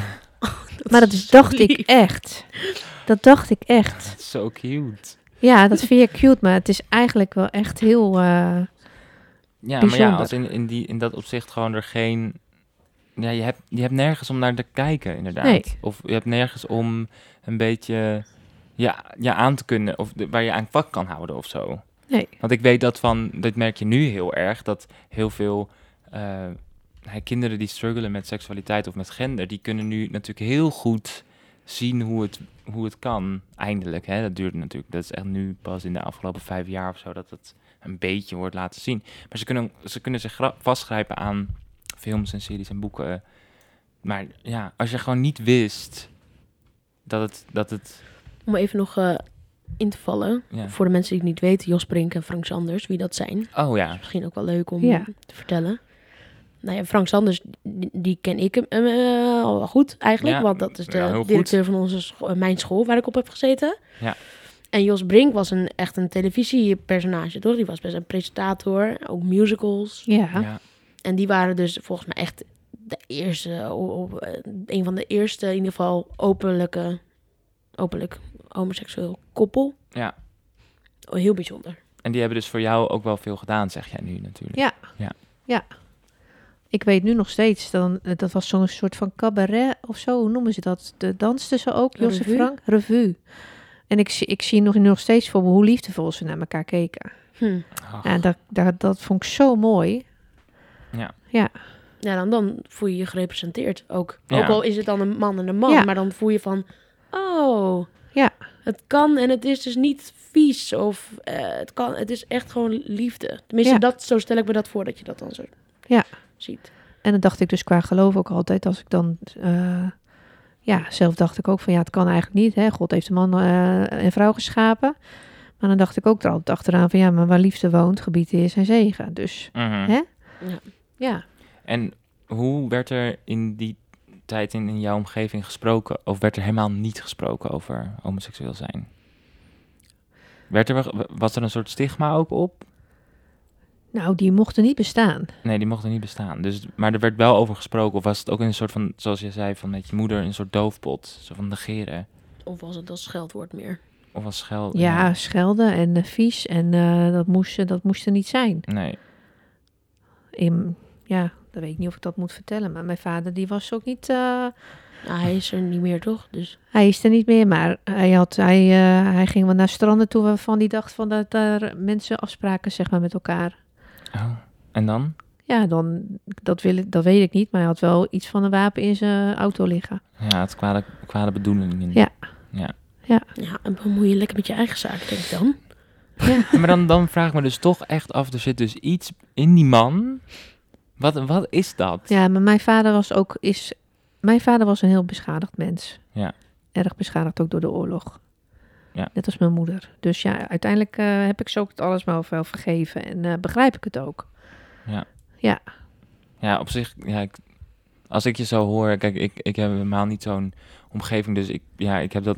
dat Maar dat is is, zo dacht ik lief. echt. Dat dacht ik echt. Dat is zo cute. Ja, dat vind je cute, maar het is eigenlijk wel echt heel... Uh, Ja, maar ja, Bijzonder. als in, in, die, in dat opzicht gewoon er geen... Ja, je hebt, je hebt nergens om naar te kijken, inderdaad. Nee. Of je hebt nergens om een beetje ja, ja, aan te kunnen... of de, waar je aan vak kan houden of zo. nee. Want ik weet dat van... Dat merk je nu heel erg, dat heel veel... Uh, kinderen die struggelen met seksualiteit of met gender... die kunnen nu natuurlijk heel goed zien hoe het, hoe het kan. Eindelijk, hè. Dat duurt natuurlijk... Dat is echt nu pas in de afgelopen vijf jaar of zo... dat het een beetje wordt laten zien. Maar ze kunnen, ze kunnen zich gra- vastgrijpen aan films en series en boeken. Maar ja, als je gewoon niet wist dat het... Dat het Om even nog uh, in te vallen, ja. voor de mensen die het niet weten, Jos Brink en Frank Sanders, wie dat zijn. Oh ja. Misschien ook wel leuk om Ja. te vertellen. Nou ja, Frank Sanders, die, die ken ik hem uh, al wel goed eigenlijk. Ja, Want dat is de ja, heel directeur van onze scho- mijn school waar ik op heb gezeten. Ja. En Jos Brink was een, echt een televisiepersonage, toch? Die was best een presentator, ook musicals. Ja. Ja. En die waren dus volgens mij echt de eerste, o- o- een van de eerste in ieder geval openlijke, openlijk homoseksueel koppel. Ja. Oh, heel bijzonder. En die hebben dus voor jou ook wel veel gedaan, zeg jij nu natuurlijk. Ja. Ja. Ja. Ik weet nu nog steeds, dan, dat was zo'n soort van cabaret of zo, hoe noemen ze dat? De dansten ze ook, Jos en Revue? Frank? Revue. En ik, zie- ik zie nog, nog steeds voor me hoe liefdevol ze naar elkaar keken. Hm. Ach, Ja, dat, dat, dat vond ik zo mooi. ja. Ja. Ja, dan, dan voel je je gerepresenteerd ook. Ja. Ook al is het dan een man en een man, Ja. maar dan voel je van, oh, Ja. het kan en het is dus niet vies of uh, het kan, het is echt gewoon liefde. Tenminste, Ja. dat, zo stel ik me dat voor dat je dat dan zo Ja. ziet. En dat dacht ik dus qua geloof ook altijd. Als ik dan... Uh, ja, zelf dacht ik ook van ja, het kan eigenlijk niet. Hè? God heeft een man uh, en vrouw geschapen. Maar dan dacht ik ook er altijd achteraan van ja, maar waar liefde woont, gebied is en zegen. Dus, Mhm. hè? Ja. Ja. En hoe werd er in die tijd in, in jouw omgeving gesproken... of werd er helemaal niet gesproken over homoseksueel zijn? Werd er, wel- was er een soort stigma ook op? Nou, die mochten niet bestaan. Nee, die mochten niet bestaan. Dus, maar er werd wel over gesproken. Of was het ook in een soort van, zoals je zei, van met je moeder... een soort doofpot, zo van negeren? Of was het als scheldwoord meer? Of was schel... Ja, schelden en uh, vies. En uh, dat, moest, dat moest er niet zijn. Nee. In, ja, dat weet ik niet of ik dat moet vertellen. Maar mijn vader die was ook niet... Uh, Nou, hij is er niet meer, toch? Dus hij is er niet meer, maar hij, had, hij, uh, hij ging wel naar stranden toe... waarvan hij dacht van dat er mensen afspraken zeg maar, met elkaar. Oh. En dan? Ja, dan, dat, wil ik, dat weet ik niet. Maar hij had wel iets van een wapen in zijn auto liggen. Ja, het kwade, kwade bedoelingen. Ja. Ja. ja, en bemoei je lekker met je eigen zaak, denk ik dan. Ja. Ja, maar dan, dan vraag ik me dus toch echt af... er zit dus iets in die man... Wat, wat is dat? Ja, maar mijn vader was ook... Is, mijn vader was een heel beschadigd mens. Ja. Erg beschadigd ook door de oorlog. Ja. Net als mijn moeder. Dus ja, uiteindelijk uh, heb ik ze ook het alles maar wel vergeven. En uh, begrijp ik het ook. Ja. Ja. Ja, op zich... Ja, ik, als ik je zo hoor... Kijk, ik, ik heb helemaal niet zo'n omgeving. Dus ik, ja, ik heb dat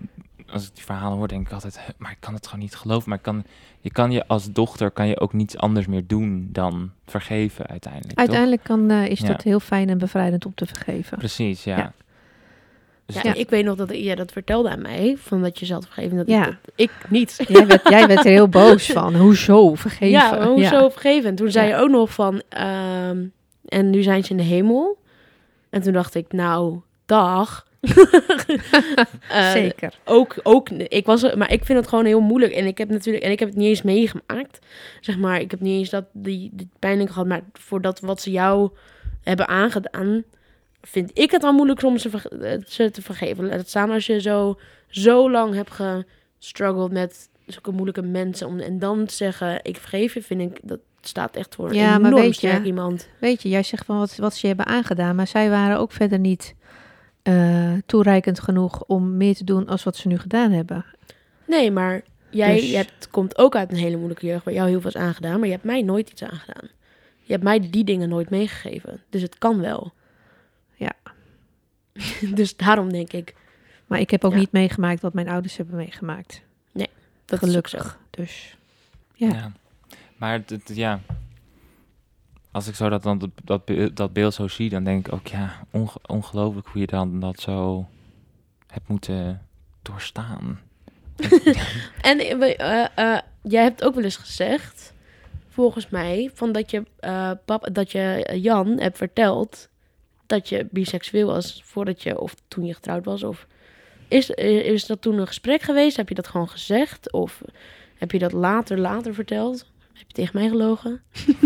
als ik die verhalen hoor, denk ik altijd, "Huh, maar ik kan het gewoon niet geloven. Maar ik kan, je kan je als dochter kan je ook niets anders meer doen dan vergeven uiteindelijk. toch? Uiteindelijk kan, eh, is Ja. dat heel fijn en bevrijdend om te vergeven. Precies, ja. Ja. Dus Ja, dat- ik weet nog dat jij dat vertelde aan mij, van dat je zelf vergeven, dat Ja. ik, dat ik niet. Jij werd, jij werd er heel boos van. Hoezo vergeven? Ja, hoezo vergeven? En toen zei Ja. je ook nog van, ehm, en nu zijn ze in de hemel. En toen dacht ik, nou, dag. Eh, Zeker. ook, ook, ik was, er- maar ik vind het gewoon heel moeilijk. En ik heb natuurlijk, en ik heb het niet eens meegemaakt. Zeg maar, ik heb niet eens dat die, die pijnlijk gehad. Maar voor dat wat ze jou hebben aangedaan, vind ik het al moeilijk om ze, verge- eh, ze te vergeven. Laat het staan als je zo, zo lang hebt gestruggeld met zulke moeilijke mensen. Om, en dan te zeggen, ik vergeef je, vind ik, dat staat echt voor een Ja, maar enorm weet je- sterk iemand. Weet je, jij zegt van wat, wat ze je hebben aangedaan, maar zij waren ook verder niet eh, toereikend genoeg om meer te doen als wat ze nu gedaan hebben. Nee, maar jij Dus- je hebt, komt ook uit een hele moeilijke jeugd waar jou heel veel is aangedaan, maar je hebt mij nooit iets aangedaan. Je hebt mij die dingen nooit meegegeven. Dus het kan wel. Ja. Dus daarom denk ik, Maar ik heb ook Ja. niet meegemaakt wat mijn ouders hebben meegemaakt. dat Gelukkig. is ook zo. Dus ja. ja. Maar het, het- ja, als ik zo dat, dan, dat, be- dat beeld zo zie, dan denk ik ook, ja, onge- ongelooflijk hoe je dan dat zo hebt moeten doorstaan. En eh, we- eh, eh, jij hebt ook wel eens gezegd, volgens mij, van dat je, eh, pap, dat je eh, Jan hebt verteld dat je biseksueel was voordat je, of toen je getrouwd was, of is, eh, is dat toen een gesprek geweest? Heb je dat gewoon gezegd? Of heb je dat later, later verteld? Heb je tegen mij gelogen?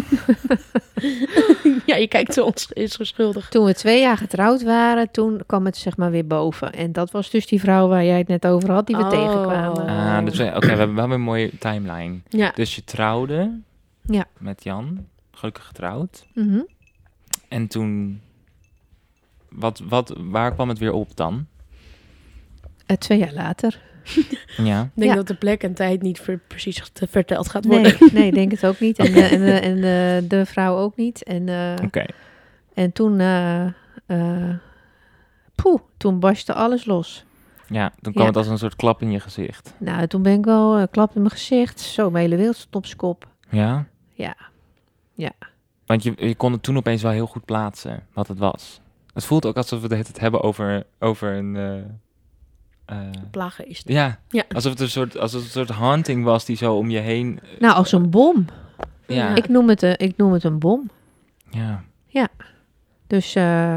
Ja, je kijkt zo ons is geschuldig. Toen we twee jaar getrouwd waren, toen kwam het zeg maar weer boven. En dat was dus die vrouw waar jij het net over had, die we Oh. tegenkwamen. Ah, dus, we- oké, we hebben wel weer een mooie timeline. Ja, Dus je trouwde Ja. met Jan, gelukkig getrouwd. Mhm. En toen, wat, wat, waar kwam het weer op dan? Eh, twee jaar later. Ja, ik denk Ja. dat de plek en tijd niet ver- precies te- verteld gaat Nee, worden. nee, ik denk het ook niet. En, de, en, de, en de, de vrouw ook niet. En, eh, oké. en toen, eh eh, poeh, toen barstte alles los. Ja, toen kwam Ja. het als een soort klap in je gezicht. Nou, toen ben ik wel een klap in mijn gezicht. Zo, mijn hele wereld stond op z'n kop. Ja? Ja. Ja. Want je, je kon het toen opeens wel heel goed plaatsen, wat het was. Het voelt ook alsof we het hebben over, over een... eh, eh, Plaaggeest. ja, Ja. alsof het een soort, alsof het een soort haunting was die zo om je heen... Nou, als een bom. Ja, Ik noem het, een- ik noem het een bom. ja. Dus eh,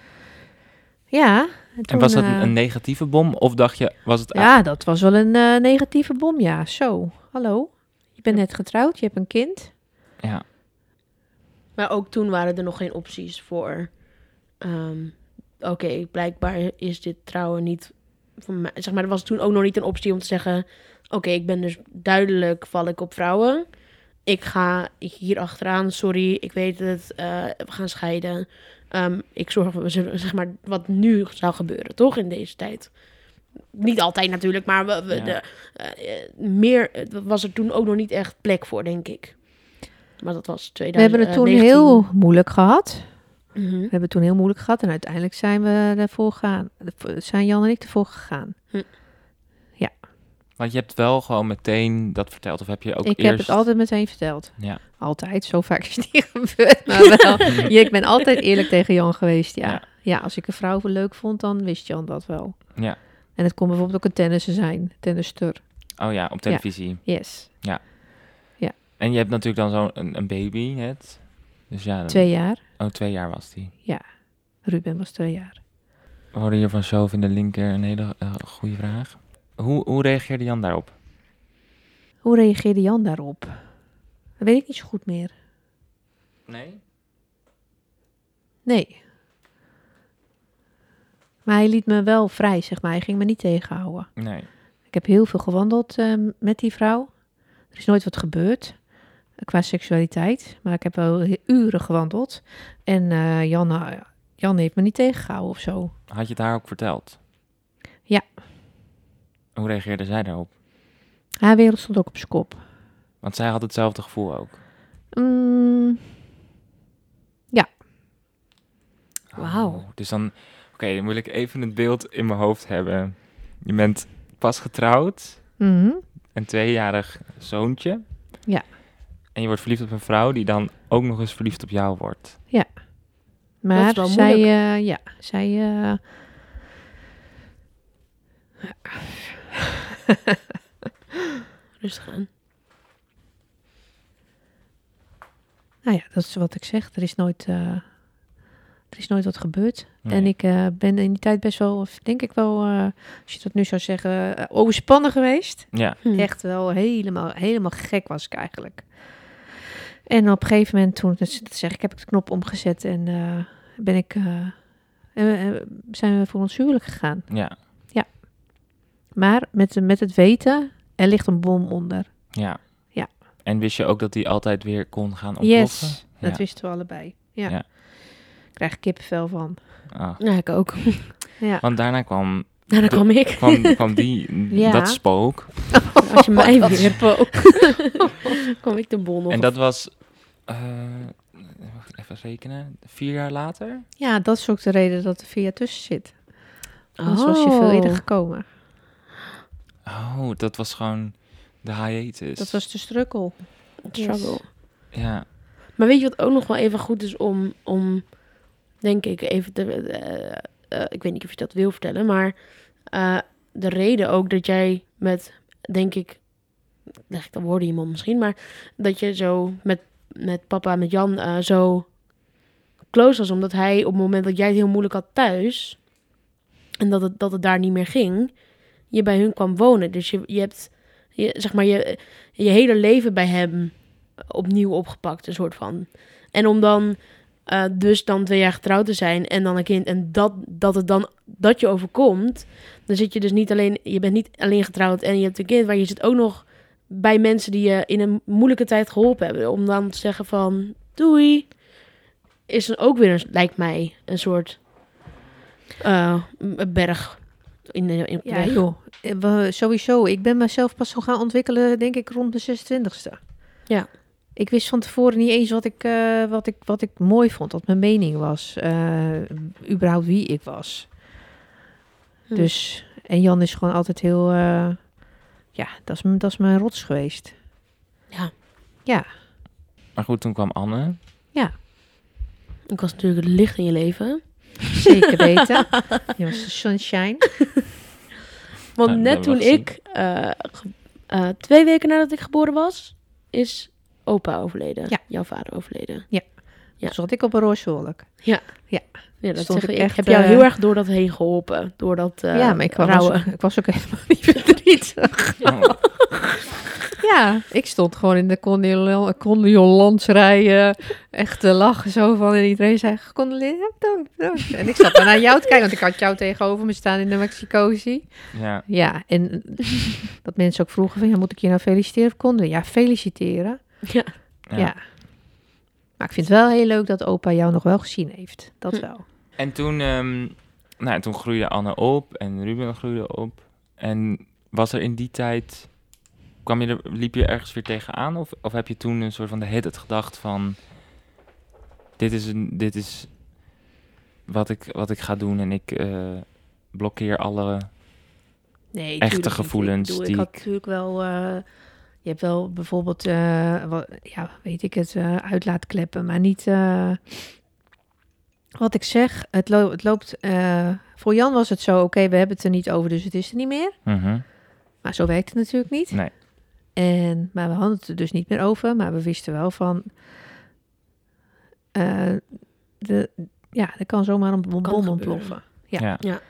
ja. En toen, was dat eh, een, een negatieve bom? Of dacht je, was het... Ja, dat was wel een eh, negatieve bom, ja. Zo, hallo. Je bent net getrouwd, je hebt een kind. Ja, Maar ook toen waren er nog geen opties voor... ehm, Oké, blijkbaar is dit trouwen niet voor mij. Zeg maar, er was toen ook nog niet een optie om te zeggen... Oké, ik ben dus duidelijk, val ik op vrouwen. Ik ga hier achteraan, sorry, ik weet het, eh, we gaan scheiden. Ehm, ik zorg voor, zeg maar, wat nu zou gebeuren, toch, in deze tijd. Niet altijd natuurlijk, maar we, we- Ja. de, eh, meer eh, was er toen ook nog niet echt plek voor, denk ik. Maar dat was We tweeduizend hebben het toen negentien. heel moeilijk gehad. Mhm. We hebben het toen heel moeilijk gehad. En uiteindelijk zijn we ervoor gegaan. Zijn Jan en ik ervoor gegaan. want je hebt wel gewoon meteen dat verteld. Of heb je ook ik eerst... heb het altijd meteen verteld. Ja, Altijd. Zo vaak is het niet gebeurd. Maar wel. Ja, ik ben altijd eerlijk tegen Jan geweest, ja. Ja. ja. als ik een vrouw leuk vond, dan wist Jan dat wel. ja. En het kon bijvoorbeeld ook een tennisser zijn. Tennisster. Oh ja, op televisie. Yes. En je hebt natuurlijk dan zo'n een, een baby net. Dus ja, dan- Twee jaar. Oh, twee jaar was die. Ruben was twee jaar. We hoorden hier van Sjoof in de linker een hele uh, goede vraag. Hoe, hoe reageerde Jan daarop? Hoe reageerde Jan daarop? Dat weet ik niet zo goed meer. Nee? Nee. Maar hij liet me wel vrij, zeg maar. Hij ging me niet tegenhouden. Nee. Ik heb heel veel gewandeld eh, met die vrouw. Er is nooit wat gebeurd eh, qua seksualiteit. Maar ik heb wel he- uren gewandeld. En eh, Jan, eh, Jan heeft me niet tegengehouden of zo. Had je het haar ook verteld? Ja. Hoe reageerde zij daarop? Haar wereld stond ook op zijn kop. Want zij had hetzelfde gevoel ook. Mm, Oh, Wauw. dus dan... Oké, dan wil ik even het beeld in mijn hoofd hebben. Je bent pas getrouwd, Mhm. een tweejarig zoontje. Ja. En je wordt verliefd op een vrouw die dan ook nog eens verliefd op jou wordt. Maar is wel zij, moeilijk. eh, ja, zij... eh, Rustig aan. Nou ja, dat is wat ik zeg. Er is nooit, eh, er is nooit wat gebeurd. Nee. En ik eh, ben in die tijd best wel, denk ik wel, eh, als je dat nu zou zeggen, eh, overspannen geweest. Ja, Hm. Echt wel helemaal, helemaal gek was ik eigenlijk. En op een gegeven moment, toen, dat zeg ik, heb ik de knop omgezet en eh, ben ik, eh, eh, eh, zijn we voor ons huwelijk gegaan. ja, Maar met, met het weten, er ligt een bom onder. ja. Ja. En wist je ook dat die altijd weer kon gaan ontploffen? Yes, dat Ja. wisten we allebei. Ja. Ja. Ik krijg kippenvel van. Ah. Ja, ik ook. Ja. Want daarna kwam, Nou, daar kwam ik. kwam, kwam die, Ja. dat spook. Als je mij Dat weer spook. kwam ik de bol nog. En dat was, eh, wacht, even rekenen, vier jaar later? Ja, dat is ook de reden dat er vier jaar tussen zit. Anders was je veel eerder gekomen. Oh, dat was gewoon de hiatus. Dat was de strukkel. struggle. Ja, Maar weet je wat ook nog wel even goed is om, om denk ik, even te... eh, eh, ik weet niet of je dat wil vertellen, maar eh, de reden ook dat jij met, denk ik, leg ik dan woorden in je mond misschien, maar dat je zo met, met papa, met Jan, eh, zo close was, omdat hij op het moment dat jij het heel moeilijk had thuis, en dat het, dat het daar niet meer ging, je bij hun kwam wonen. Dus je, je hebt, je, zeg maar, je, je hele leven bij hem opnieuw opgepakt, een soort van. En om dan uh, dus dan twee jaar getrouwd te zijn en dan een kind en dat, dat het dan dat je overkomt, dan zit je dus niet alleen, je bent niet alleen getrouwd en je hebt een kind, maar je zit ook nog bij mensen die je in een moeilijke tijd geholpen hebben. Om dan te zeggen van doei, is dan ook weer, een, lijkt mij, een soort uh, berg in de, in de Ja, weg. joh. Eh, we- Sowieso. Ik ben mezelf pas zo gaan ontwikkelen, denk ik, rond de zesentwintigste. Ja. Ik wist van tevoren niet eens wat ik, eh, wat ik, wat ik mooi vond, wat mijn mening was. eh, überhaupt wie ik was. Hm. Dus, en Jan is gewoon altijd heel, eh, ja, dat is, m- dat is mijn rots geweest. Ja. Ja, maar goed, toen kwam Anne. Ik was natuurlijk het licht in je leven. zeker weten. Je was de sunshine. Want Nou, net dat toen was ik, uh, ge- uh, twee weken nadat ik geboren was, is opa overleden. Ja. Jouw vader overleden. Ja. Toen zat ik op een roze wolk. Ja, dat Stond zeg ik ik, ik echt, heb jou eh, heel erg door dat heen geholpen. Door dat uh, ja, maar ik was, rouwen. ook, ik was ook helemaal niet verdrietig. Oh, Ja, ik stond gewoon in de condol- condoleancerij uh, echt te lachen zo van. En iedereen zei, gecondoleerd, dank, dank. En ik zat dan naar jou te kijken, want ik had jou tegenover me staan in de Mexicozie. ja, Ja, en dat mensen ook vroegen van, ja, moet ik je nou feliciteren of condoleren? Ja, feliciteren. Ja. ja. Ja. Maar ik vind het wel heel leuk dat opa jou nog wel gezien heeft. Dat Hm. wel. En toen, ehm, nou, toen groeide Anne op en Ruben groeide op. En was er in die tijd, kwam je er, liep je ergens weer tegenaan? Of, of heb je toen een soort van de hele tijd gedacht van, dit is, een, dit is wat, ik, wat ik ga doen en ik uh, blokkeer alle... Nee, Echte tuurlijk niet. gevoelens Ik, bedoel, die ik had ik- natuurlijk wel... eh, je hebt wel bijvoorbeeld, eh, wat, ja, weet ik het, eh, uitlaatkleppen, maar niet... eh, wat ik zeg, het, lo- het loopt... eh, voor Jan was het zo, oké, we hebben het er niet over, dus het is er niet meer. Mhm. Maar zo werkt het natuurlijk niet. Nee. En, maar we hadden het er dus niet meer over, maar we wisten wel van... eh, de, ja, er kan zomaar een bom, Kan bom gebeuren. ontploffen. Ja. Ja. Ja.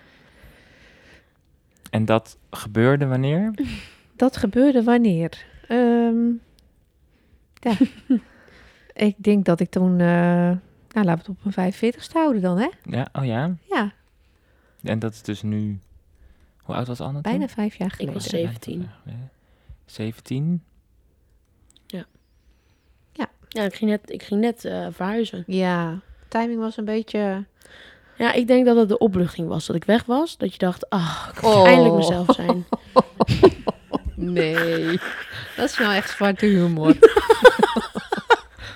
En dat gebeurde wanneer? Dat gebeurde wanneer? Ehm, ja. Ik denk dat ik toen... eh, nou, laten we het op mijn vijfenveertigste houden dan, hè? Ja, oh ja. Ja, En dat is dus nu... Hoe oud was Anne toen? bijna vijf jaar Ik geleden. was zeventien. zeventien? Ja, ik ging net, ik ging net uh, verhuizen. Ja, timing was een beetje... Ja, ik denk dat het de opluchting was. Dat ik weg was. Dat je dacht, ah, ik kan Oh. eindelijk mezelf zijn. Nee, dat is nou echt zwarte humor.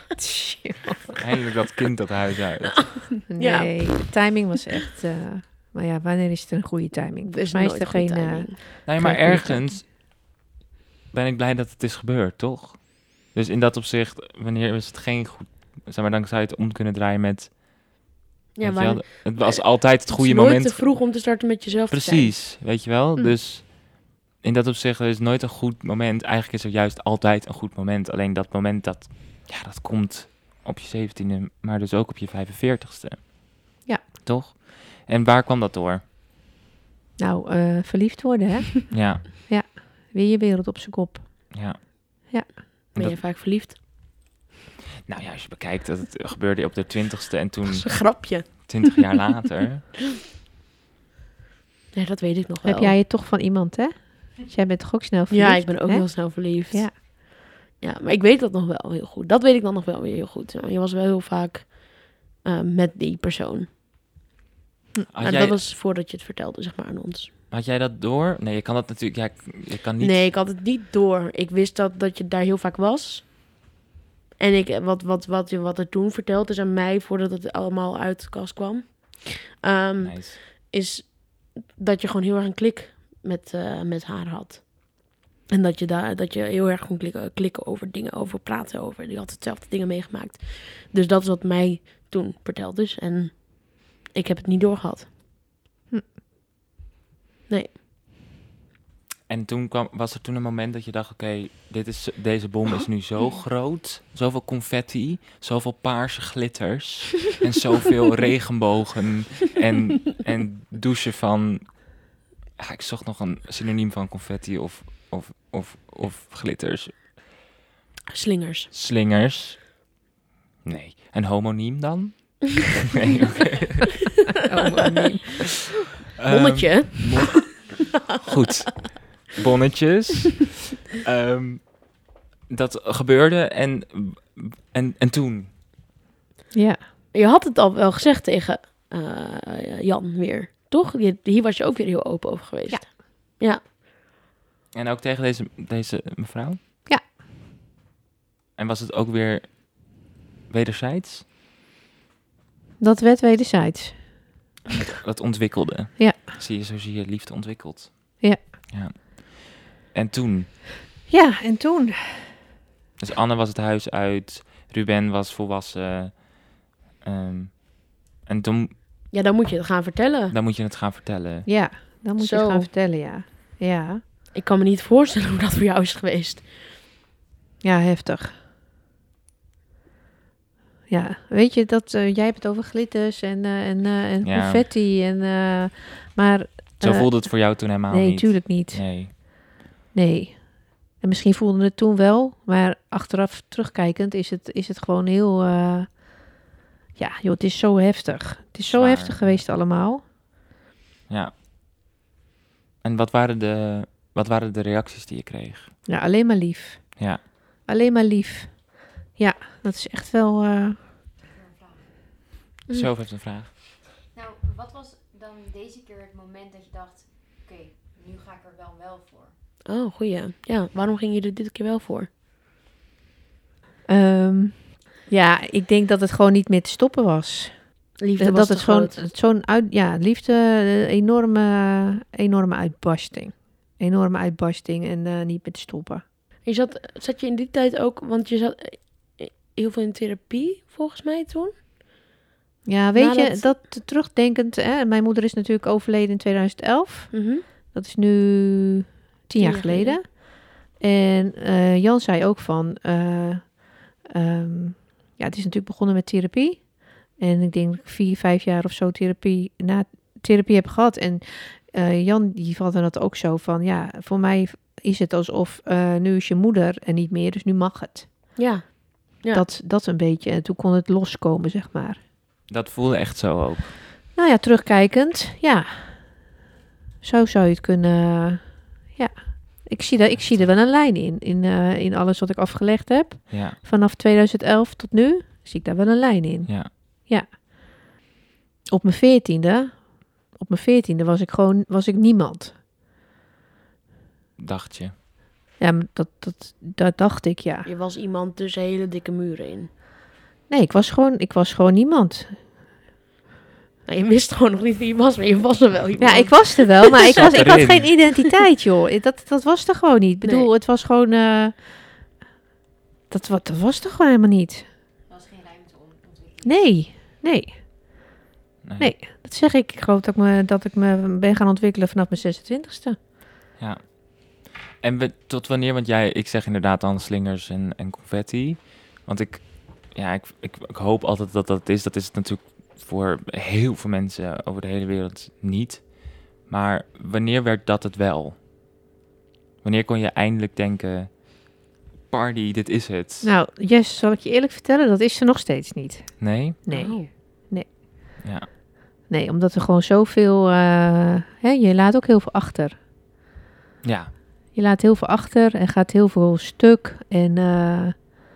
Eindelijk dat kind dat huis uit. Nee, de timing was echt, eh, Maar ja, wanneer is het een goede timing? Er Volgens is mij is nooit er goede geen... eh, timing. Nee, maar Geen goede ergens ben ik blij dat het is gebeurd, toch? Dus in dat opzicht, wanneer is het geen goed... Zeg maar, dan zou je het om kunnen draaien met... Ja, weet maar je wel, het was altijd het goede het is nooit moment. te vroeg om te starten met jezelf te zijn. Precies, weet je wel? Hm. Dus in dat opzicht er is nooit een goed moment. Eigenlijk is er juist altijd een goed moment. Alleen dat moment, dat, ja, dat komt op je zeventiende, maar dus ook op je vijfenveertigste. Ja. Toch? En waar kwam dat door? Nou, eh, verliefd worden, hè? Ja, Weer je wereld op zijn kop. ja. Ja. En Ben dat- je vaak verliefd? nou ja, als je bekijkt, dat het gebeurde op de twintigste en toen Dat is een grapje. twintig jaar later. Nee, dat weet ik nog wel. Heb jij het toch van iemand, hè? Dus jij bent toch ook snel verliefd? Ja, ik ben ook hè? heel snel verliefd. Ja. Ja, maar ik weet dat nog wel heel goed. Dat weet ik dan nog wel weer heel goed. Je was wel heel vaak eh, met die persoon. Had Maar jij, dat was voordat je het vertelde, zeg maar, aan ons. had jij dat door? Nee, je kan dat natuurlijk... Ja, je kan niet... Nee, ik had het niet door. Ik wist dat, dat je daar heel vaak was. En ik, wat, wat, wat, je wat er toen verteld is aan mij, voordat het allemaal uit de kast kwam, ehm, Nice. is dat je gewoon heel erg een klik met, eh, met haar had. En dat je, daar, dat je heel erg kon klikken, klikken over dingen, over praten over. Die had hetzelfde dingen meegemaakt. Dus dat is wat mij toen verteld is. En ik heb het niet doorgehad. En toen kwam, was er toen een moment dat je dacht, oké, dit is deze bom is nu zo groot. Zoveel confetti, zoveel paarse glitters en zoveel regenbogen en, en douchen van... Ja, ik zocht nog een synoniem van confetti of, of, of, of glitters. Slingers. Slingers. Nee. Een homoniem dan? Nee, oké. Oh, nee. Bonnetje. Ehm, bon- Goed. Bonnetjes. Ehm, dat gebeurde en, en, en toen? Ja. Je had het al wel gezegd tegen eh, Jan weer, toch? Je- Hier was je ook weer heel open over geweest. Ja. Ja. En ook tegen deze, deze mevrouw? Ja. En was het ook weer wederzijds? Dat werd wederzijds. Dat ontwikkelde? Ja. Zie je, zo zie je liefde ontwikkeld. Ja. Ja. En toen? Ja, en toen? Dus Anne was het huis uit, Ruben was volwassen. Ehm, en toen, Ja, dan moet je het gaan vertellen. dan moet je het gaan vertellen. Ja, dan moet je het Zo. gaan vertellen, ja. Ja, Ik kan me niet voorstellen hoe dat voor jou is geweest. ja, heftig. Ja, weet je, dat, eh, jij hebt het over glitters en, eh, en, eh, en Ja. confetti. En, eh, maar Zo eh, voelde het voor jou toen helemaal nee, niet. tuurlijk niet. Nee. Nee. En misschien voelde het toen wel, maar achteraf terugkijkend is het, is het gewoon heel... eh, ja, joh, het is zo heftig. Het is zo Zwaar. heftig geweest allemaal. Ja. En wat waren de, wat waren de reacties die je kreeg? Ja, alleen maar lief. Ja. Alleen maar lief. Ja, dat is echt wel... eh, Zo heeft een vraag. Nou, wat was dan deze keer het moment dat je dacht... Oké, nu ga ik er wel wel voor? Oh, goeie. Ja, waarom ging je er dit keer wel voor? ehm, ja, ik denk dat het gewoon niet meer te stoppen was. Liefde dat was het te gewoon groot. zo'n uit, ja, liefde, eh, enorme, enorme uitbarsting. Enorme uitbarsting en eh, niet meer te stoppen. Je zat, zat je in die tijd ook, want je zat eh, heel veel in therapie, volgens mij toen. Ja, weet je, Nadat- dat terugdenkend, hè, mijn moeder is natuurlijk overleden in tweeduizend elf. Mhm. Dat is nu tien jaar jaar geleden. En eh, Jan zei ook van, eh, ehm, ja, het is natuurlijk begonnen met therapie. En ik denk dat ik vier, vijf jaar of zo therapie, na therapie heb gehad. En eh, Jan die vatte dat ook zo van, ja, voor mij is het alsof eh, nu is je moeder en niet meer, dus nu mag het. Ja. Ja. Dat, dat een beetje. En toen kon het loskomen, zeg maar. Dat voelde echt zo ook. Nou ja, terugkijkend, ja. Zo zou je het kunnen, ja. Ik zie, daar, ik zie er wel een lijn in, in, eh, in alles wat ik afgelegd heb. Ja. Vanaf tweeduizend elf tot nu zie ik daar wel een lijn in. Ja. Op mijn veertiende, op mijn veertiende was ik gewoon, was ik niemand. Dacht je. Ja, maar dat, dat, dat dacht ik, ja. Je was iemand tussen hele dikke muren in. Nee, ik was gewoon, ik was gewoon niemand. Nou, je wist gewoon nog niet wie je was, maar je was er wel. Ja, ik was er wel, maar ik, Zat was, ik had erin. geen identiteit, joh. Ik- Dat, dat was er gewoon niet. Ik bedoel, Nee. het was gewoon... eh, dat, wa- dat was er gewoon helemaal niet. Er was geen ruimte om ontwikkeling. Nee, nee, Nee. nee. Dat zeg ik. Ik geloof dat ik me, dat ik me ben gaan ontwikkelen vanaf mijn zesentwintigste. Ja. En we, tot wanneer, want jij, ik zeg inderdaad dan slingers en, en confetti. Want ik, ja, ik, ik, ik hoop altijd dat dat is. Dat is het natuurlijk voor heel veel mensen over de hele wereld niet. Maar wanneer werd dat het wel? Wanneer kon je eindelijk denken, party, dit is het? Nou, Jess, zal ik je eerlijk vertellen? Dat is er nog steeds niet. Nee? Nee. Oh. Ja. Nee, omdat er gewoon zoveel... eh hè, je laat ook heel veel achter. Ja. Je laat heel veel achter en gaat heel veel stuk. En eh,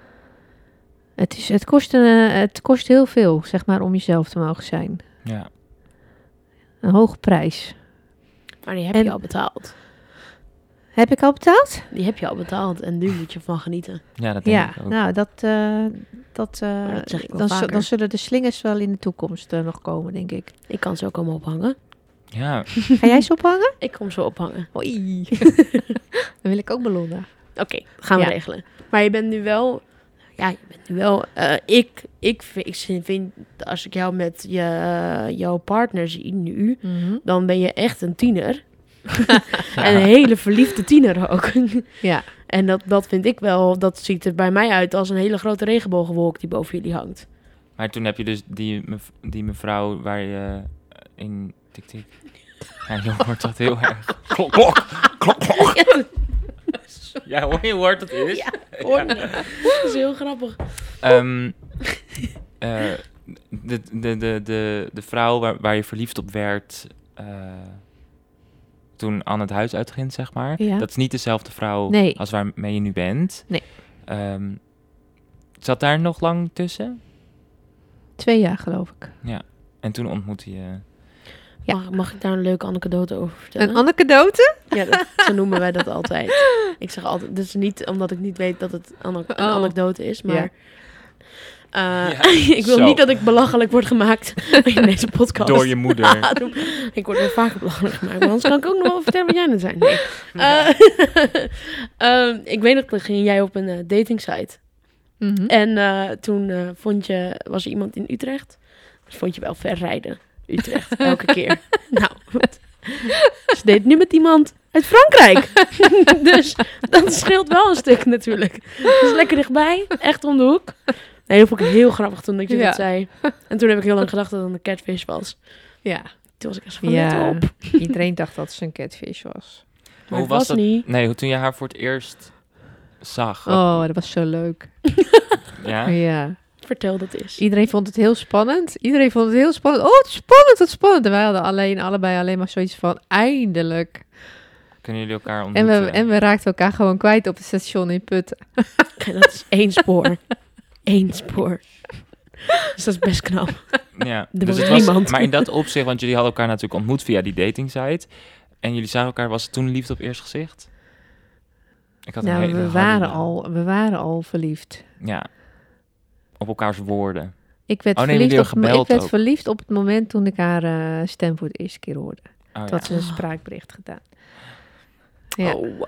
het, is, het, kost een, eh, het kost heel veel, zeg maar, om jezelf te mogen zijn. Ja. Een hoge prijs. Maar die heb En- je al betaald. Heb ik al betaald? Die heb je al betaald en nu moet je van genieten. Ja, dat denk Ja, ik ook. nou, dat, eh, dat, eh, Maar dat zeg ik wel dan, zu- vaker. dan zullen de slingers wel in de toekomst eh, nog komen, denk ik. Ik kan zo komen ophangen. Ja. Ga jij ze ophangen? Ik kom zo ophangen. Oei. Dan wil ik ook ballonnen. Oké, gaan we Ja. regelen. Maar je bent nu wel... Ja, je bent nu wel... eh, ik, ik, vind, ik vind, als ik jou met je, jouw partner zie nu... dan ben je echt een tiener. En een hele verliefde tiener ook. Ja. En dat, dat vind ik wel... Dat ziet er bij mij uit als een hele grote regenbogenwolk die boven jullie hangt. Maar toen heb je dus die, mev- die mevrouw waar je eh, in... Tik, tik. Ja, je hoort dat heel erg. Klok, klok, klok, klok. Ja, hoor je hoe hard het is? Ja, hoor je. Dat is heel grappig. Ehm, eh, de, de, de, de, de vrouw waar, waar je verliefd op werd... eh, toen Anne het huis uitging, zeg maar. Ja. Dat is niet dezelfde vrouw Nee. als waarmee je nu bent. Nee. Ehm, zat daar nog lang tussen? Twee jaar, geloof ik. En toen ontmoette je... Ja. Mag, mag ik daar een leuke anekdote over vertellen? Een anekdote? Ja, dat, zo noemen wij dat altijd. Ik zeg altijd, dus niet omdat ik niet weet dat het ane- een Oh. anekdote is, maar... Ja. eh, Ja, ik wil zo. niet dat ik belachelijk word gemaakt in deze podcast. Door je moeder. Ja, doe- ik word weer vaker belachelijk gemaakt, maar anders kan ik ook nog wel vertellen wat jij net zei. Nee. Eh, ehm, ik weet nog, dat ging jij op een eh, datingsite. Mhm. En eh, toen eh, vond je, was er iemand in Utrecht. Dus vond je wel ver rijden. Utrecht, elke keer. Nou, goed. Ze deed het nu met iemand uit Frankrijk. Dus dat scheelt wel een stuk natuurlijk. Dus lekker dichtbij, echt om de hoek. Nee, dat vond ik heel grappig toen dat je Ja. dat zei. En toen heb ik heel lang gedacht dat het een catfish was. Ja. Toen was ik echt zo van, let Ja. op. Iedereen dacht dat ze een catfish was. Maar Hoe het was dat? niet. Nee, hoe- toen je haar voor het eerst zag. wat- Oh, dat was zo leuk. Ja? Ja. Vertel dat eens. Iedereen vond het heel spannend. Iedereen vond het heel spannend. Oh, het is spannend, het is spannend. En wij hadden alleen, allebei alleen maar zoiets van, eindelijk. Kunnen jullie elkaar En ontmoeten? we, en we raakten elkaar gewoon kwijt op het station in Putten. En dat is één spoor. Eén spoor. Dus dat is best knap. Ja, Er dus was het was, niemand. maar in dat opzicht, want jullie hadden elkaar natuurlijk ontmoet via die datingsite. En jullie zagen elkaar, was het toen liefde op eerst gezicht? Ik had een Nou, hele we harde waren, ja. al, we waren al verliefd. Ja, op elkaars woorden. Ik werd, Oh, nee, verliefd, jullie op, hebben ik gebeld werd ook. verliefd op het moment toen ik haar eh, stem voor de eerste keer hoorde. Oh, Toen had ja. ze een spraakbericht gedaan. Ja, Oh.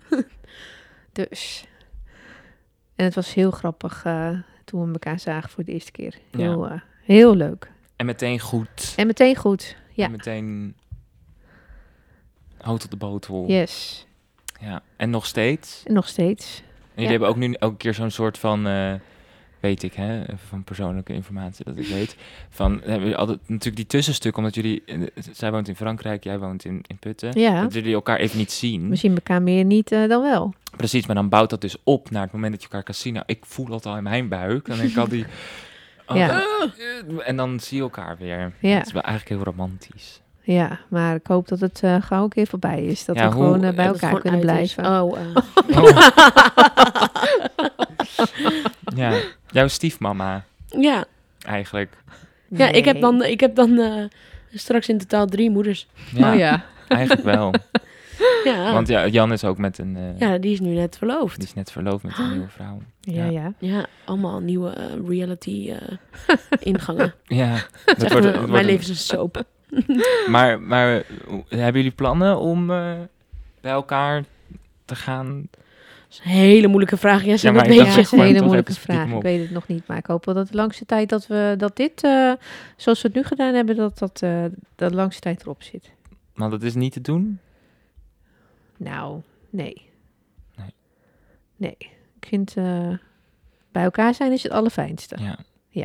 dus. En het was heel grappig eh, toen we elkaar zagen voor de eerste keer. Heel, eh, heel leuk. En meteen goed. En meteen goed. Ja. En meteen hout op de botel. Yes. Ja. En nog steeds. En nog steeds. En jullie Ja. hebben ook nu elke keer zo'n soort van, eh, weet ik, hè, even van persoonlijke informatie dat ik weet. Van, hebben jullie altijd natuurlijk die tussenstuk, omdat jullie, eh, zij woont in Frankrijk, jij woont in, in Putten. Ja. Dat jullie elkaar even niet zien. We zien elkaar meer niet eh, dan wel. Precies, maar dan bouwt dat dus op naar het moment dat je elkaar kan zien. Nou, ik voel dat al in mijn buik. En ik had die... Oh, Ja. eh, en dan zie je elkaar weer. Ja. Het is wel eigenlijk heel romantisch. Ja, maar ik hoop dat het eh, gauw een keer voorbij is. Dat Ja, we hoe- gewoon eh, bij dat het elkaar kunnen blijven. Oh, eh. Oh. Ja, jouw stiefmama Ja. eigenlijk. Ja, ik heb Nee. dan, ik heb dan eh, straks in totaal drie moeders. Ja, Oh ja. eigenlijk wel. Ja. Want ja, Jan is ook met een... Uh, ja, die is nu net verloofd. Die is net verloofd met een nieuwe vrouw. Ja, ja. Ja, allemaal nieuwe uh, reality uh, ingangen. Ja. Dat Dat wordt, wordt, een, het wordt mijn een, leven is een soap. maar, maar hebben jullie plannen om uh, bij elkaar te gaan? Dat is een hele moeilijke vraag. Jesse, Ja, dat maar weet ik Ja, je. dat is een hele toch moeilijke even vraag. stiekem Ik op. weet het nog niet, maar ik hoop wel dat de langste tijd dat we dat dit, uh, zoals we het nu gedaan hebben, dat dat uh, de langste tijd erop zit. Want dat is niet te doen? Nou, nee. Nee. Nee. Ik vind uh, bij elkaar zijn is het allerfijnste. Ja. Ja.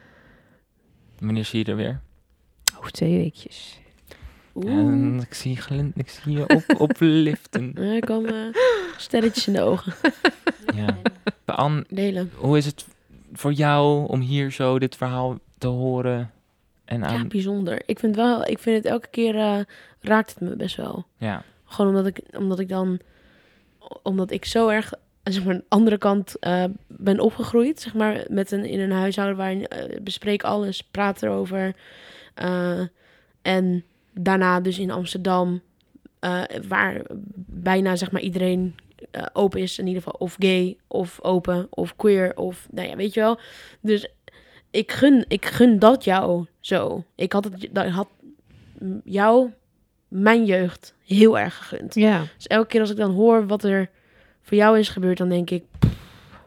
Wanneer zie je er weer? Over twee weekjes. En ik zie je, glint, ik zie je op, opliften. Ja, er komen sterretjes in de ogen. Ja. Anne, Delen. hoe is het voor jou om hier zo dit verhaal te horen? En aan... Ja, bijzonder. Ik vind wel, ik vind het elke keer uh, raakt het me best wel. Ja. Gewoon omdat ik, omdat ik dan, omdat ik zo erg, zeg maar, aan de andere kant uh, ben opgegroeid, zeg maar, met een in een huishouden waar je uh, bespreek alles, praat erover. Uh, en daarna dus in Amsterdam, uh, waar bijna, zeg maar, iedereen uh, open is, in ieder geval, of gay, of open, of queer, of, nou ja, weet je wel. Dus ik gun, ik gun dat jou zo. Ik had het, dat had jou, mijn jeugd, heel erg gegund. Ja. Dus elke keer als ik dan hoor wat er voor jou is gebeurd, dan denk ik, pff,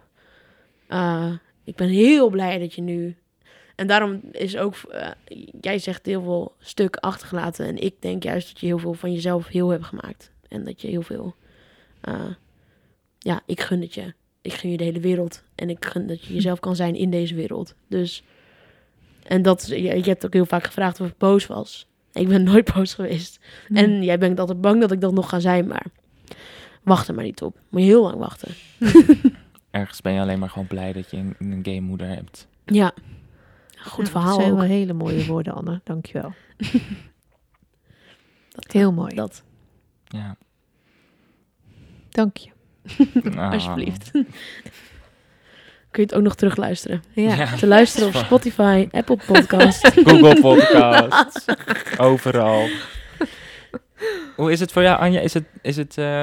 uh, ik ben heel blij dat je nu... En daarom is ook, uh, jij zegt heel veel stuk achtergelaten. En ik denk juist dat je heel veel van jezelf heel hebt gemaakt. En dat je heel veel, uh, ja, ik gun het je. Ik gun je de hele wereld. En ik gun dat je jezelf kan zijn in deze wereld. Dus, en dat, je, je hebt ook heel vaak gevraagd of ik boos was. Ik ben nooit boos geweest. Hm. En jij bent altijd bang dat ik dat nog ga zijn, maar wacht er maar niet op. Moet je heel lang wachten. Ergens ben je alleen maar gewoon blij dat je een, een gay moeder hebt. Ja, goed Ja, verhaal Dat zijn ook. wel hele mooie woorden, Anne. Dankjewel. Dat, Heel mooi. Dat, Ja. Dank je. Ah. alsjeblieft. Kun je het ook nog terugluisteren. Ja. Ja. Te luisteren op Spotify, Apple Podcast. Google Podcast. Overal. Hoe is het voor jou, Anja? Is het... Is het uh...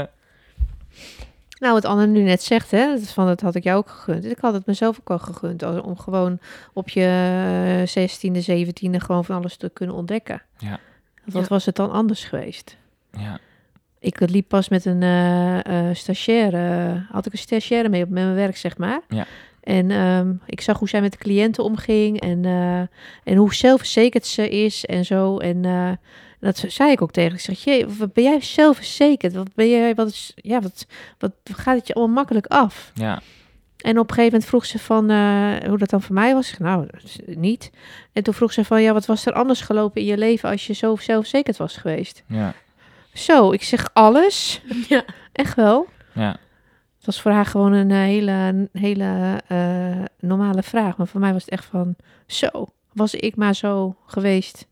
Nou, wat Anne nu net zegt, hè, dat, is van, dat had ik jou ook gegund. Ik had het mezelf ook al gegund. Als, om gewoon op je zestiende, zeventiende gewoon van alles te kunnen ontdekken. Ja. Wat Ja. was het dan anders geweest? Ja. Ik liep pas met een uh, uh, stagiaire, had ik een stagiaire mee op met mijn werk, zeg maar. Ja. En um, ik zag hoe zij met de cliënten omging en, uh, en hoe zelfverzekerd ze is en zo. En uh, dat zei ik ook tegen. Ik zeg, jee, wat ben jij zelfverzekerd? Wat ben jij, wat is, ja, wat, wat gaat het je allemaal makkelijk af? Ja. En op een gegeven moment vroeg ze van uh, hoe dat dan voor mij was. Ik zeg, nou, niet. En toen vroeg ze van, ja, wat was er anders gelopen in je leven als je zo zelfverzekerd was geweest? Ja. Zo, ik zeg alles. Ja. Echt wel. Ja. Het was voor haar gewoon een uh, hele, een hele uh, normale vraag. Maar voor mij was het echt van, zo, was ik maar zo geweest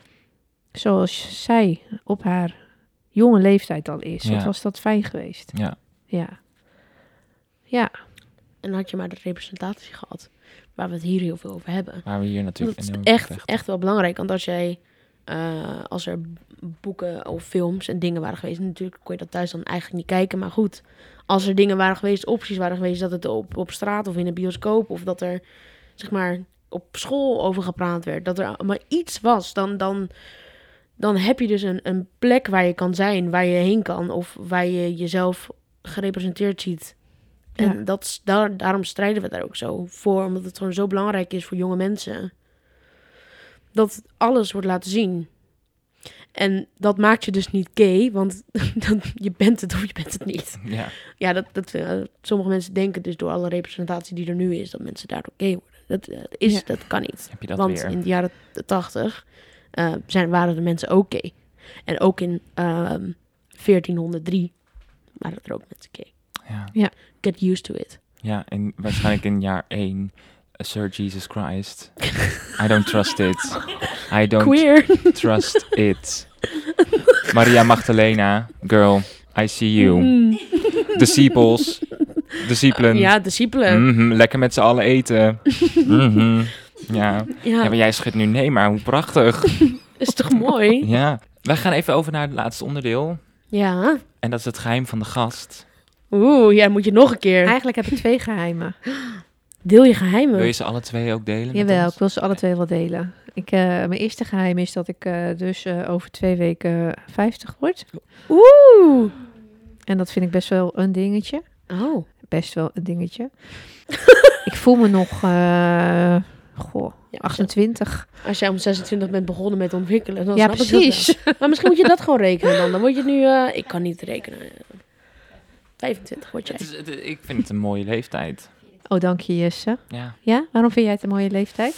zoals zij op haar jonge leeftijd al is. Ja. Wat was dat fijn geweest. Ja. Ja. Ja. En had je maar de representatie gehad, waar we het hier heel veel over hebben. Waar we hier natuurlijk... Dat is enorm echt, vechten. echt wel belangrijk. Want als jij, uh, als er boeken of films en dingen waren geweest, natuurlijk kon je dat thuis dan eigenlijk niet kijken. Maar goed, als er dingen waren geweest, opties waren geweest, dat het op, op straat of in een bioscoop, of dat er, zeg maar, op school over gepraat werd, dat er maar iets was, dan, dan, dan heb je dus een, een plek waar je kan zijn, waar je heen kan, of waar je jezelf gerepresenteerd ziet. En Ja. dat, is- daar, daarom strijden we daar ook zo voor, omdat het gewoon zo belangrijk is voor jonge mensen. Dat alles wordt laten zien. En dat maakt je dus niet gay, want dat, je bent het of je bent het niet. Ja. Ja, dat, dat, uh, sommige mensen denken dus door alle representatie die er nu is, dat mensen daardoor gay worden. Dat, uh, is, Ja. dat kan niet. Heb je dat Want weer? in de jaren tachtig uh, zijn, waren de mensen ook gay. En ook in uh, veertienhonderddrie waren er ook mensen gay. Ja. Get used to it. Ja, en waarschijnlijk in jaar één... Sir Jesus Christ. I don't trust it. I don't Queer. trust it. Maria Magdalena, girl, I see you. Mm. Disciples, discipelen. Ja, discipelen. Mhm, lekker met z'n allen eten. Mhm. Ja. Ja, ja, maar jij schudt nu nee, maar hoe prachtig. is toch mooi? Ja. Wij gaan even over naar het laatste onderdeel. Ja. En dat is het geheim van de gast. Oeh, ja, moet je nog een keer. Eigenlijk heb ik twee geheimen. Deel je geheimen. Wil je ze alle twee ook delen? met Jawel, ons? ik wil ze alle twee wel delen. Ik, uh, mijn eerste geheim is dat ik uh, dus uh, over twee weken vijftig word. Oeh. En dat vind ik best wel een dingetje. Oh. Best wel een dingetje. Ik voel me nog uh, goh, Ja, achtentwintig. Als jij om zesentwintig bent begonnen met ontwikkelen, dan Ja, snap ik dat precies. wel. Maar misschien moet je dat gewoon rekenen dan. Dan word je nu... Uh, ik kan niet rekenen. vijfentwintig word jij. Het is, het, ik vind het een mooie leeftijd. Oh, dank je, Jesse. Ja. Ja, waarom vind jij het een mooie leeftijd?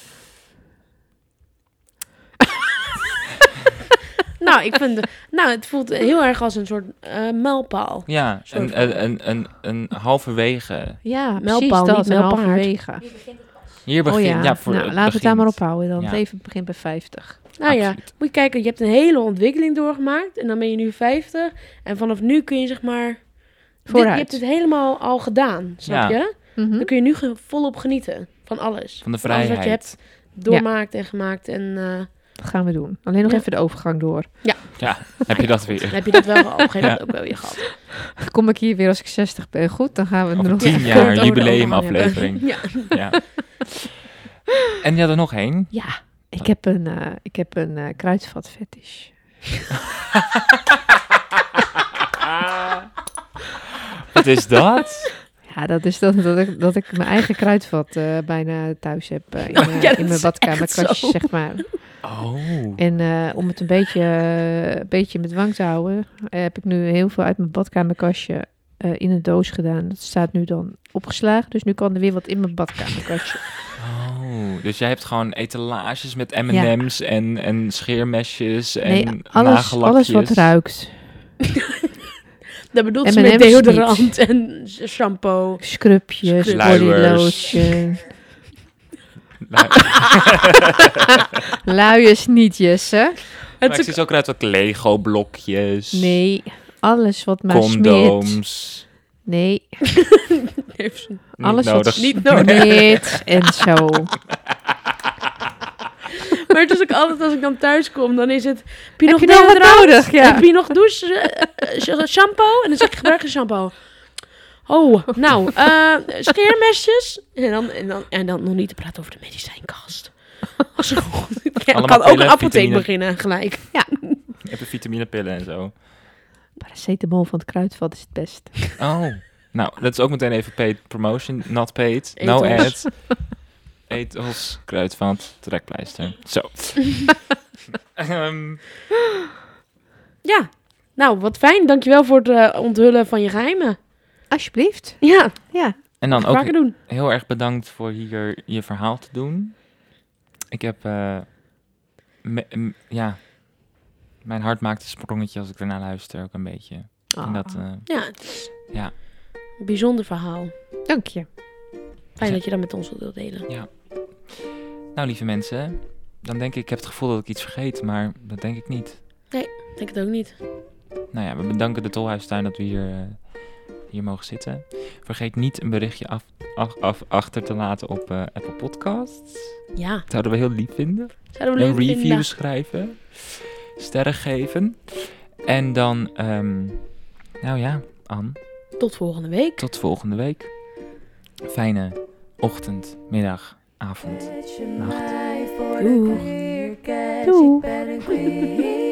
Nou, ik vind... Nou, het voelt heel erg als een soort uh, mijlpaal. Ja, Soort een, van. een, een, een, een halverwege. Ja, Mijlpaal, precies dat, niet een mijlpaard. halverwege. Hier Oh begin, ja, ja, voor nou, het laten we het daar maar begint. ophouden dan. Ja. Het leven begint bij vijftig. Nou ja, Absoluut. moet je kijken. Je hebt een hele ontwikkeling doorgemaakt. En dan ben je nu vijftig. En vanaf nu kun je zeg maar... Dit, je Vooruit. hebt het helemaal al gedaan, snap Ja. je? Mhm. Dan kun je nu ge- volop genieten van alles. Van de Van alles vrijheid. wat je hebt doormaakt en gemaakt. En uh, Dat gaan we doen. Alleen nog Ja. even de overgang door. Ja, heb je dat dan weer. heb je dat wel gehad. Heb je Ja. dat ook wel weer gehad. Kom ik hier weer als ik zestig ben? Goed, dan gaan we er Over nog tien even jaar, kort over de jubileumaflevering. Ja. Ja. En je had er nog één. Ja, ik heb een, uh, ik heb een uh, kruidvat fetish. Wat is dat? Ja, dat is dat, dat, ik, dat ik mijn eigen kruidvat uh, bijna thuis heb. Uh, in mijn Ja, dat in mijn is badkamerkastje, echt zo. zeg maar. Oh. En uh, om het een beetje, uh, een beetje met dwang te houden, uh, heb ik nu heel veel uit mijn badkamerkastje uh, in een doos gedaan. Dat staat nu dan opgeslagen, dus nu kan er weer wat in mijn badkamerkastje. Oh, dus jij hebt gewoon etalages met M en M's en, en scheermesjes en Nee, alles, nagellakjes. alles wat ruikt. Dat bedoelt M ze en met M's deodorant en shampoo. Scrubjes, Scrub. body Luiers. lotion. Nou, Luiers niet, Jesse. maar ik zie zo ook uit wat Lego blokjes. Nee, alles wat maar smeert. Condooms. Nee, Heeft ze Niet alles nodig. wat niet nodig. smeert en zo. Maar het is ook altijd als ik dan thuis kom, dan is het... Heb je, Heb nog je nog wat deodorant? nodig? Ja. Heb je nog douche, uh, shampoo? En dan zeg ik, gebruik geen shampoo. Oh, nou, uh, scheermesjes. En dan, en, dan, en dan nog niet te praten over de medicijnkast. Zo. Ja, Allemaal kan ook een pillen, apotheek vitamine. beginnen gelijk. Je hebt de vitaminepillen en zo. Paracetamol van het kruidvat is het best. Oh. Nou, dat is ook meteen even paid promotion. Not paid. No Ethos. ads. Ethos, kruidvat, trekpleister. Zo. um, Ja, nou, wat fijn. Dankjewel voor het uh, onthullen van je geheimen. Alsjeblieft. Ja, Ja. en dan ook vaker doen. heel erg bedankt voor hier je verhaal te doen. Ik heb... uh, me- m- ja... Mijn hart maakt een sprongetje als ik ernaar luister ook een beetje. En dat, uh, Ja, het is ja. een bijzonder verhaal. Dank je. Fijn Ja. dat je dat met ons wilt delen. Nou, lieve mensen, dan denk ik, ik heb het gevoel dat ik iets vergeet, maar dat denk ik niet. Ik denk het ook niet. Nou ja, we bedanken de Tolhuistuin dat we hier, uh, hier mogen zitten. Vergeet niet een berichtje af, af, af- achter te laten op uh, Apple Podcasts. Ja, Dat zouden we heel lief vinden. zouden we Een leuk review vinden. schrijven. Sterren geven. En dan, um, nou ja, Ann, Tot volgende week. tot volgende week. Fijne ochtend, middag, avond. Catch je Nacht. mij voor Doeg. de queer catch. Doeg. Ik ben een queer